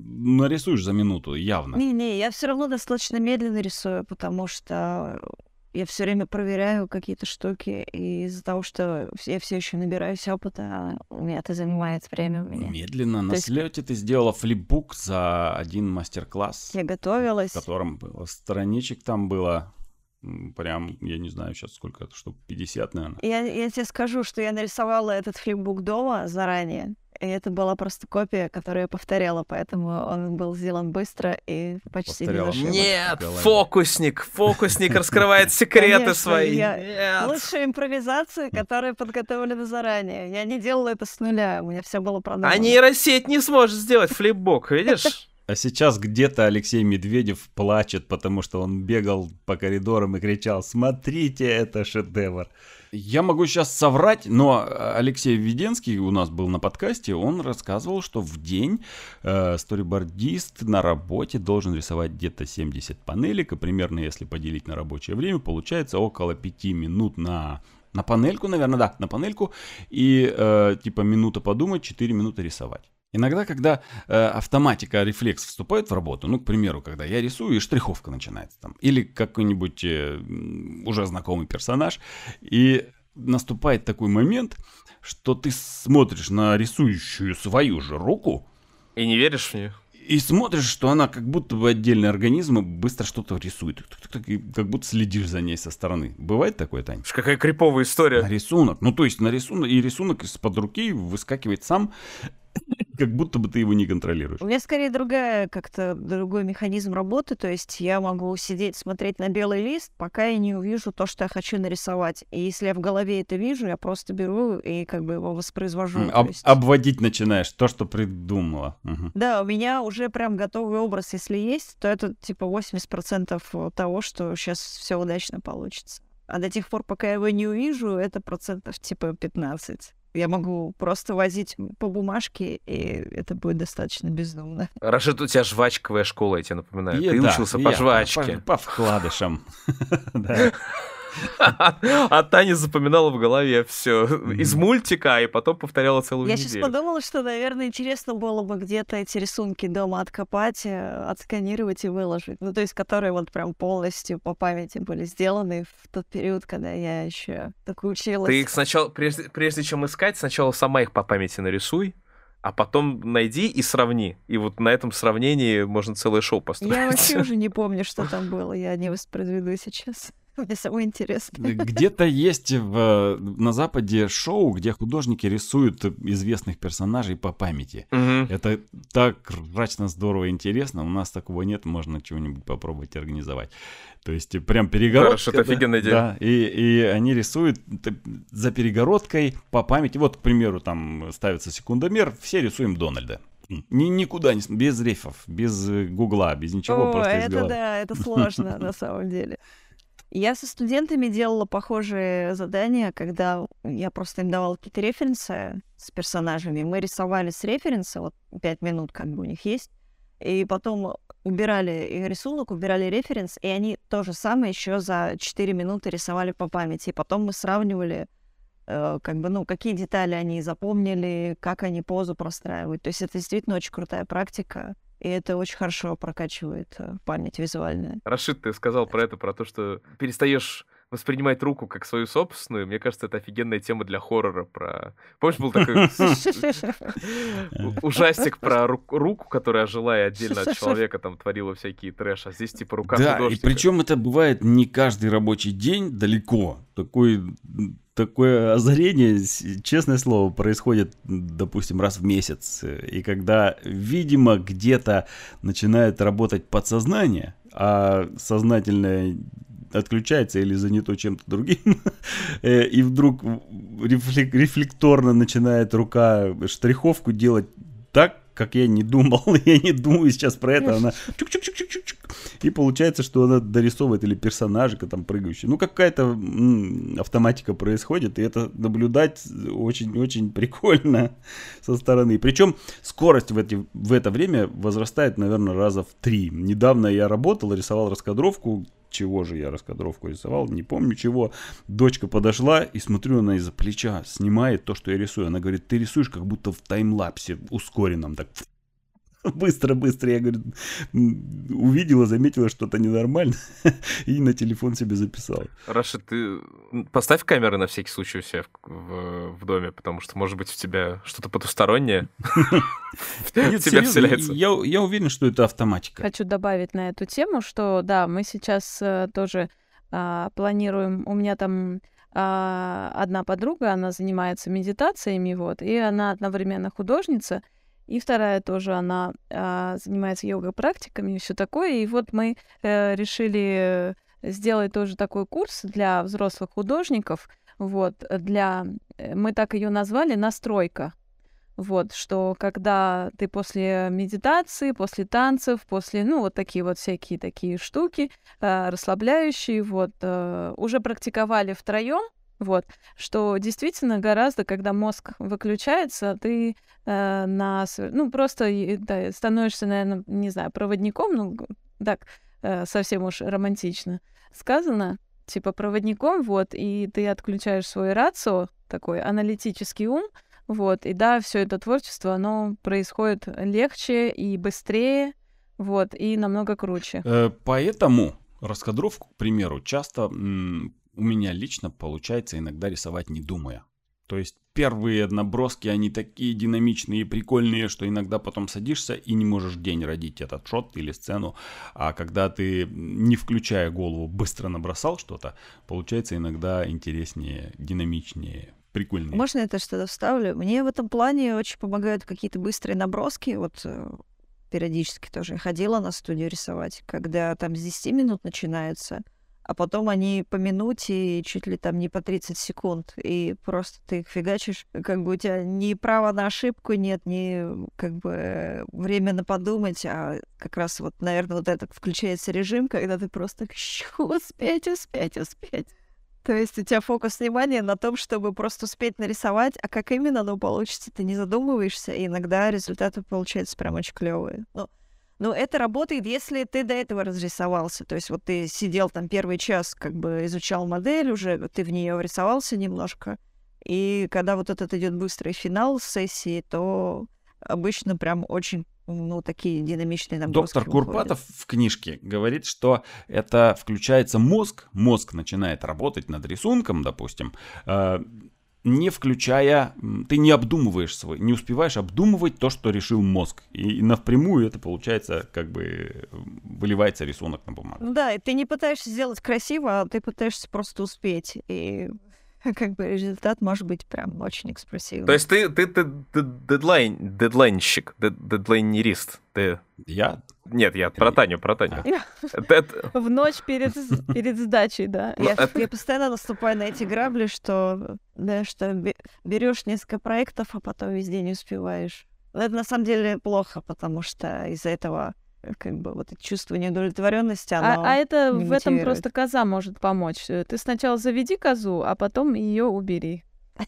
Нарисуешь за минуту, явно. Не-не, я все равно достаточно медленно рисую, потому что я все время проверяю какие-то штуки, и из-за того, что я все еще набираюсь опыта, у меня это занимает время у меня. Медленно. На То есть- слете ты сделала флипбук за один мастер-класс, Я готовилась. в котором было страничек там было м, прям, я не знаю сейчас сколько, это, штук пятьдесят, наверное. Я, я тебе скажу, что я нарисовала этот флипбук дома заранее, и это была просто копия, которую я повторяла, поэтому он был сделан быстро и почти без Повторяла. ошибок. Нет, в голове. фокусник, фокусник раскрывает секреты Конечно, свои. я- Нет. Лучшие импровизации, которые подготовлены заранее. Я не делала это с нуля, у меня все было продумано. А нейросеть не сможет сделать флипбук, видишь? А сейчас где-то Алексей Медведев плачет, потому что он бегал по коридорам и кричал: «Смотрите, это шедевр!» Я могу сейчас соврать, но Алексей Введенский у нас был на подкасте, он рассказывал, что в день э, сторибордист на работе должен рисовать где-то семьдесят панелек, и примерно, если поделить на рабочее время, получается около пяти минут на... На панельку, наверное, да, на панельку, и э, типа минута подумать, четыре минуты рисовать. Иногда, когда э, автоматика, рефлекс вступает в работу, ну, к примеру, когда я рисую, и штриховка начинается там, или какой-нибудь э, уже знакомый персонаж, и наступает такой момент, что ты смотришь на рисующую свою же руку, И не веришь в нее? и смотришь, что она как будто бы отдельный организм и быстро что-то рисует. Так-так-так, и как будто следишь за ней со стороны. Бывает такое, Тань? Ш, Какая криповая история. На рисунок. Ну, то есть на рисунок, и рисунок из-под руки выскакивает сам, как будто бы ты его не контролируешь. У меня скорее другая, как-то другой механизм работы, то есть я могу сидеть, смотреть на белый лист, пока я не увижу то, что я хочу нарисовать. И если я в голове это вижу, я просто беру и как бы его воспроизвожу. М, то об- есть- обводить начинаешь то, что придумала. Мгм. Да, у меня уже прям готовый образ, если есть, то это типа восемьдесят процентов того, что сейчас все удачно получится. А до тех пор, пока я его не увижу, это процентов типа пятнадцать. Я могу просто возить по бумажке, и это будет достаточно бездумно. Рашид, у тебя жвачковая школа, я тебе напоминаю. И Ты да, учился я по по- жвачке. По, по вкладышам. Да. А Таня запоминала в голове все Мгм. из мультика, и потом повторяла целую Я сейчас неделю. подумала, что, наверное, интересно было бы где-то эти рисунки дома откопать, э, отсканировать и выложить. Ну, то есть, которые вот прям полностью по памяти были сделаны в тот период, когда я еще так училась. Ты их сначала, прежде, прежде чем искать, сначала сама их по памяти нарисуй, а потом найди и сравни. И вот на этом сравнении можно целое шоу построить. Я вообще уже не помню, что там было. Я не воспроизведу сейчас. Мне самое интересное. Где-то есть в, на Западе шоу, где художники рисуют известных персонажей по памяти. Мгм. Это так мрачно, здорово и интересно. У нас такого нет, можно чего-нибудь попробовать организовать. То есть прям перегородка. Хорошо, это офигенная идея. Да, и, и они рисуют т- за перегородкой по памяти. Вот, к примеру, там ставится секундомер, все рисуем Дональда. Ни, никуда, не, с- без рефов, без э, гугла, без ничего, О, просто из это головы. да, это сложно на самом деле. Я со студентами делала похожие задания, когда я просто им давала какие-то референсы с персонажами. Мы рисовали с референса, вот пять минут как бы у них есть, и потом убирали их рисунок, убирали референс, и они то же самое еще за четыре минуты рисовали по памяти. И потом мы сравнивали, э, как бы, ну, какие детали они запомнили, как они позу простраивают. То есть это действительно очень крутая практика, и это очень хорошо прокачивает э, память визуальная. Рашид, ты сказал про это, про то, что перестаешь воспринимать руку как свою собственную. Мне кажется, это офигенная тема для хоррора. Про... Помнишь, был такой у- ужастик про ру- руку, которая ожила и отдельно от человека там творила всякие трэш, а здесь типа рука Да, и художника. причем это бывает не каждый рабочий день далеко. Такой, такое озарение, с- честное слово, происходит, допустим, раз в месяц. И когда, видимо, где-то начинает работать подсознание, а сознательное отключается или занято чем-то другим, э, и вдруг рефлек- рефлекторно начинает рука штриховку делать так, как я не думал, я не думаю сейчас про это, она чук-чук-чук-чук-чук, и получается, что она дорисовывает или персонажика там прыгающий. Ну, какая-то м, автоматика происходит, и это наблюдать очень-очень прикольно со стороны. Причем скорость в, эти, в это время возрастает, наверное, раза в три. Недавно я работал, рисовал раскадровку. Чего же я раскадровку рисовал, не помню чего. Дочка подошла, и смотрю, она из-за плеча снимает то, что я рисую. Она говорит: ты рисуешь как будто в таймлапсе ускоренном. Так. Быстро-быстро, я, говорю, увидела, заметила что-то ненормально и на телефон себе записала. Раша, ты поставь камеры на всякий случай у себя в, в, в доме, потому что, может быть, у тебя что-то потустороннее в тебя вселяется. Я уверен, что это автоматика. Хочу добавить на эту тему, что, да, мы сейчас тоже планируем, у меня там одна подруга, она занимается медитациями, вот, и она одновременно художница, и вторая тоже, она а, занимается йога-практиками и все такое. И вот мы э, решили сделать тоже такой курс для взрослых художников. Вот, для... Мы так ее назвали «Настройка». Вот, что когда ты после медитации, после танцев, после, ну, вот такие вот всякие такие штуки, э, расслабляющие, вот, э, уже практиковали втроем. Вот, что действительно гораздо, когда мозг выключается, ты э, на, ну, просто да, становишься, наверное, не знаю, проводником, ну, так, э, совсем уж романтично сказано, типа проводником, вот, и ты отключаешь свой рацио, такой аналитический ум, вот, и да, все это творчество, оно происходит легче и быстрее, вот, и намного круче. Поэтому раскадровку, к примеру, часто... У меня лично получается иногда рисовать не думая. То есть первые наброски, они такие динамичные и прикольные, что иногда потом садишься и не можешь день родить этот шот или сцену. А когда ты, не включая голову, быстро набросал что-то, получается иногда интереснее, динамичнее, прикольнее. Можно я это что-то вставлю? Мне в этом плане очень помогают какие-то быстрые наброски. Вот периодически тоже ходила на студию рисовать, когда там с десяти минут начинается, а потом они по минуте и чуть ли там не по тридцать секунд, и просто ты их фигачишь, как бы у тебя ни права на ошибку нет, ни как бы время на подумать, а как раз вот, наверное, вот этот включается режим, когда ты просто успеть, успеть, успеть. То есть у тебя фокус внимания на том, чтобы просто успеть нарисовать, а как именно оно получится, ты не задумываешься, и иногда результаты получаются прям очень клевые. Ну, Ну, это работает, если ты до этого разрисовался. То есть вот ты сидел там первый час, как бы изучал модель уже, ты в нее рисовался немножко. И когда вот этот идет быстрый финал сессии, то обычно прям очень, ну, такие динамичные наброски Доктор Курпатов в книжке говорит, что это включается мозг, мозг начинает работать над рисунком, допустим, не включая, ты не обдумываешь свой, не успеваешь обдумывать то, что решил мозг. И, и напрямую это получается, как бы выливается рисунок на бумагу. Да, и ты не пытаешься сделать красиво, а ты пытаешься просто успеть. И как бы результат может быть прям очень экспрессивный. То есть ты, ты, ты, ты дедлайн, дедлайнщик, дед, дедлайнерист. Ты... Я? Нет, я про Таню, про Таню. А. В ночь перед, перед сдачей, да. Я, это... я постоянно наступаю на эти грабли, что, да, что берешь несколько проектов, а потом везде не успеваешь. Это на самом деле плохо, потому что из-за этого как бы вот это чувство неудовлетворенности, оно А, а это не в этом мотивирует. просто коза может помочь. Ты сначала заведи козу, а потом ее убери.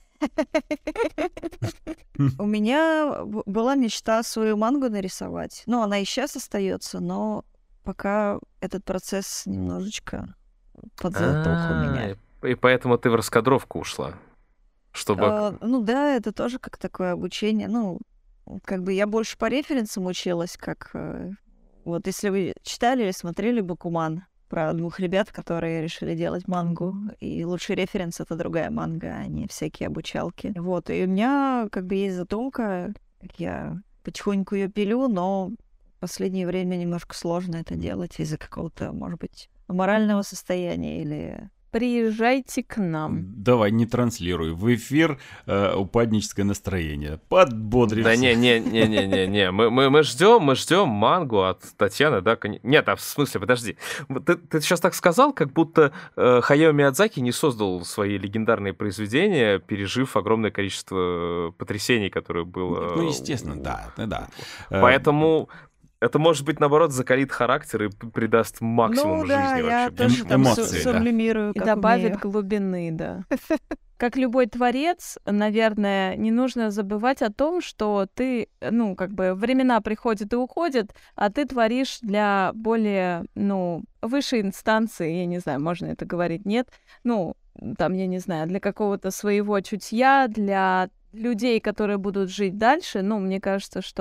У меня была мечта свою мангу нарисовать. Ну, она и сейчас остается, но пока этот процесс немножечко подзатух у меня. И поэтому ты в раскадровку ушла, чтобы... А, ну да, это тоже как такое обучение. Ну, как бы я больше по референсам училась, как... Вот если вы читали или смотрели «Бакуман», про двух ребят, которые решили делать мангу. И лучший референс — это другая манга, а не всякие обучалки. Вот, и у меня как бы есть задумка, я потихоньку ее пилю, но в последнее время немножко сложно это делать из-за какого-то, может быть, морального состояния или... Приезжайте к нам. Давай, не транслируй. В эфир э, упадническое настроение. Подбодримся. Да не, не, не, не, не, не. Мы, мы, мы ждем, мы ждем мангу от Татьяны, да? Кон... Нет, а в смысле, подожди. Ты, ты сейчас так сказал, как будто э, Хаяо Миядзаки не создал свои легендарные произведения, пережив огромное количество потрясений, которое было. Ну, естественно, да, да. Поэтому. Это, может быть, наоборот, закалит характер и придаст максимум ну, да, жизни я вообще. тоже там эмоции, да. сублимирую, И как добавит умею. глубины, да. Как любой творец, наверное, не нужно забывать о том, что ты, ну, как бы времена приходят и уходят, а ты творишь для более, ну, высшей инстанции, я не знаю, можно это говорить, нет, ну, там, я не знаю, для какого-то своего чутья, для людей, которые будут жить дальше, ну, мне кажется, что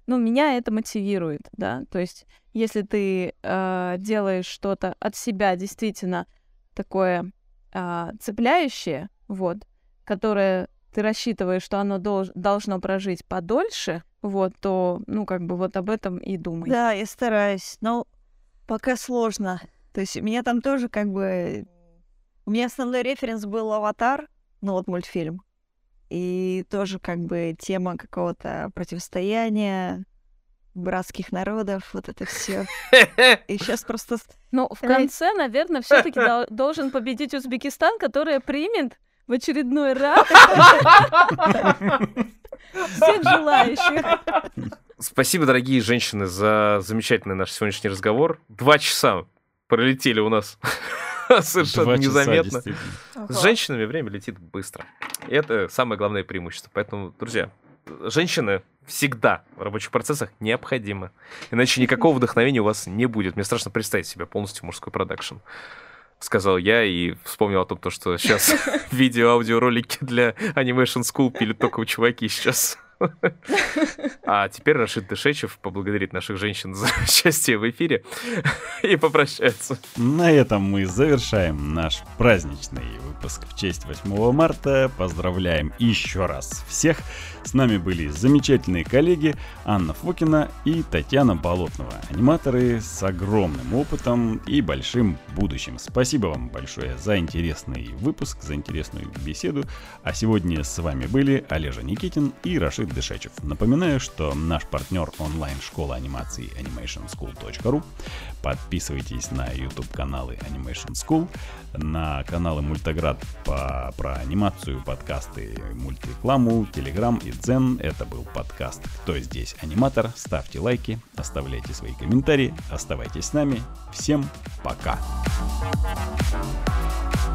ну, меня это мотивирует, да, то есть если ты э, делаешь что-то от себя действительно такое э, цепляющее, вот, которое ты рассчитываешь, что оно долж- должно прожить подольше, вот, то, ну, как бы вот об этом и думай. Да, я стараюсь, но пока сложно. То есть у меня там тоже как бы... У меня основной референс был «Аватар», ну вот мультфильм. И тоже как бы тема какого-то противостояния братских народов, вот это все. И сейчас просто... Ну, в конце, наверное, все-таки должен победить Узбекистан, который примет в очередной раз всех желающих. Спасибо, дорогие женщины, за замечательный наш сегодняшний разговор. Два часа пролетели у нас совершенно незаметно. С женщинами время летит быстро. И это самое главное преимущество. Поэтому, друзья, женщины всегда в рабочих процессах необходимы. Иначе никакого вдохновения у вас не будет. Мне страшно представить себе полностью мужской продакшн. Сказал я и вспомнил о том, что сейчас видео-аудиоролики для Animation School пилят только чуваки сейчас. А теперь Рашид Дышечев поблагодарит наших женщин за участие в эфире и попрощается. На этом мы завершаем наш праздничный выпуск в честь восьмого марта. Поздравляем еще раз всех. С нами были замечательные коллеги Анна Фокина и Татьяна Болотнова. Аниматоры с огромным опытом и большим будущим. Спасибо вам большое за интересный выпуск, за интересную беседу. А сегодня с вами были Олежа Никитин и Рашид Дышечев. Напоминаю, что наш партнер онлайн-школа анимации анимейшн скул точка ру. Подписывайтесь на YouTube-каналы Animation School, на каналы Мультоград по, про анимацию, подкасты, мультрекламу, Телеграм и Дзен. Это был подкаст «Кто здесь аниматор?». Ставьте лайки, оставляйте свои комментарии, оставайтесь с нами. Всем пока!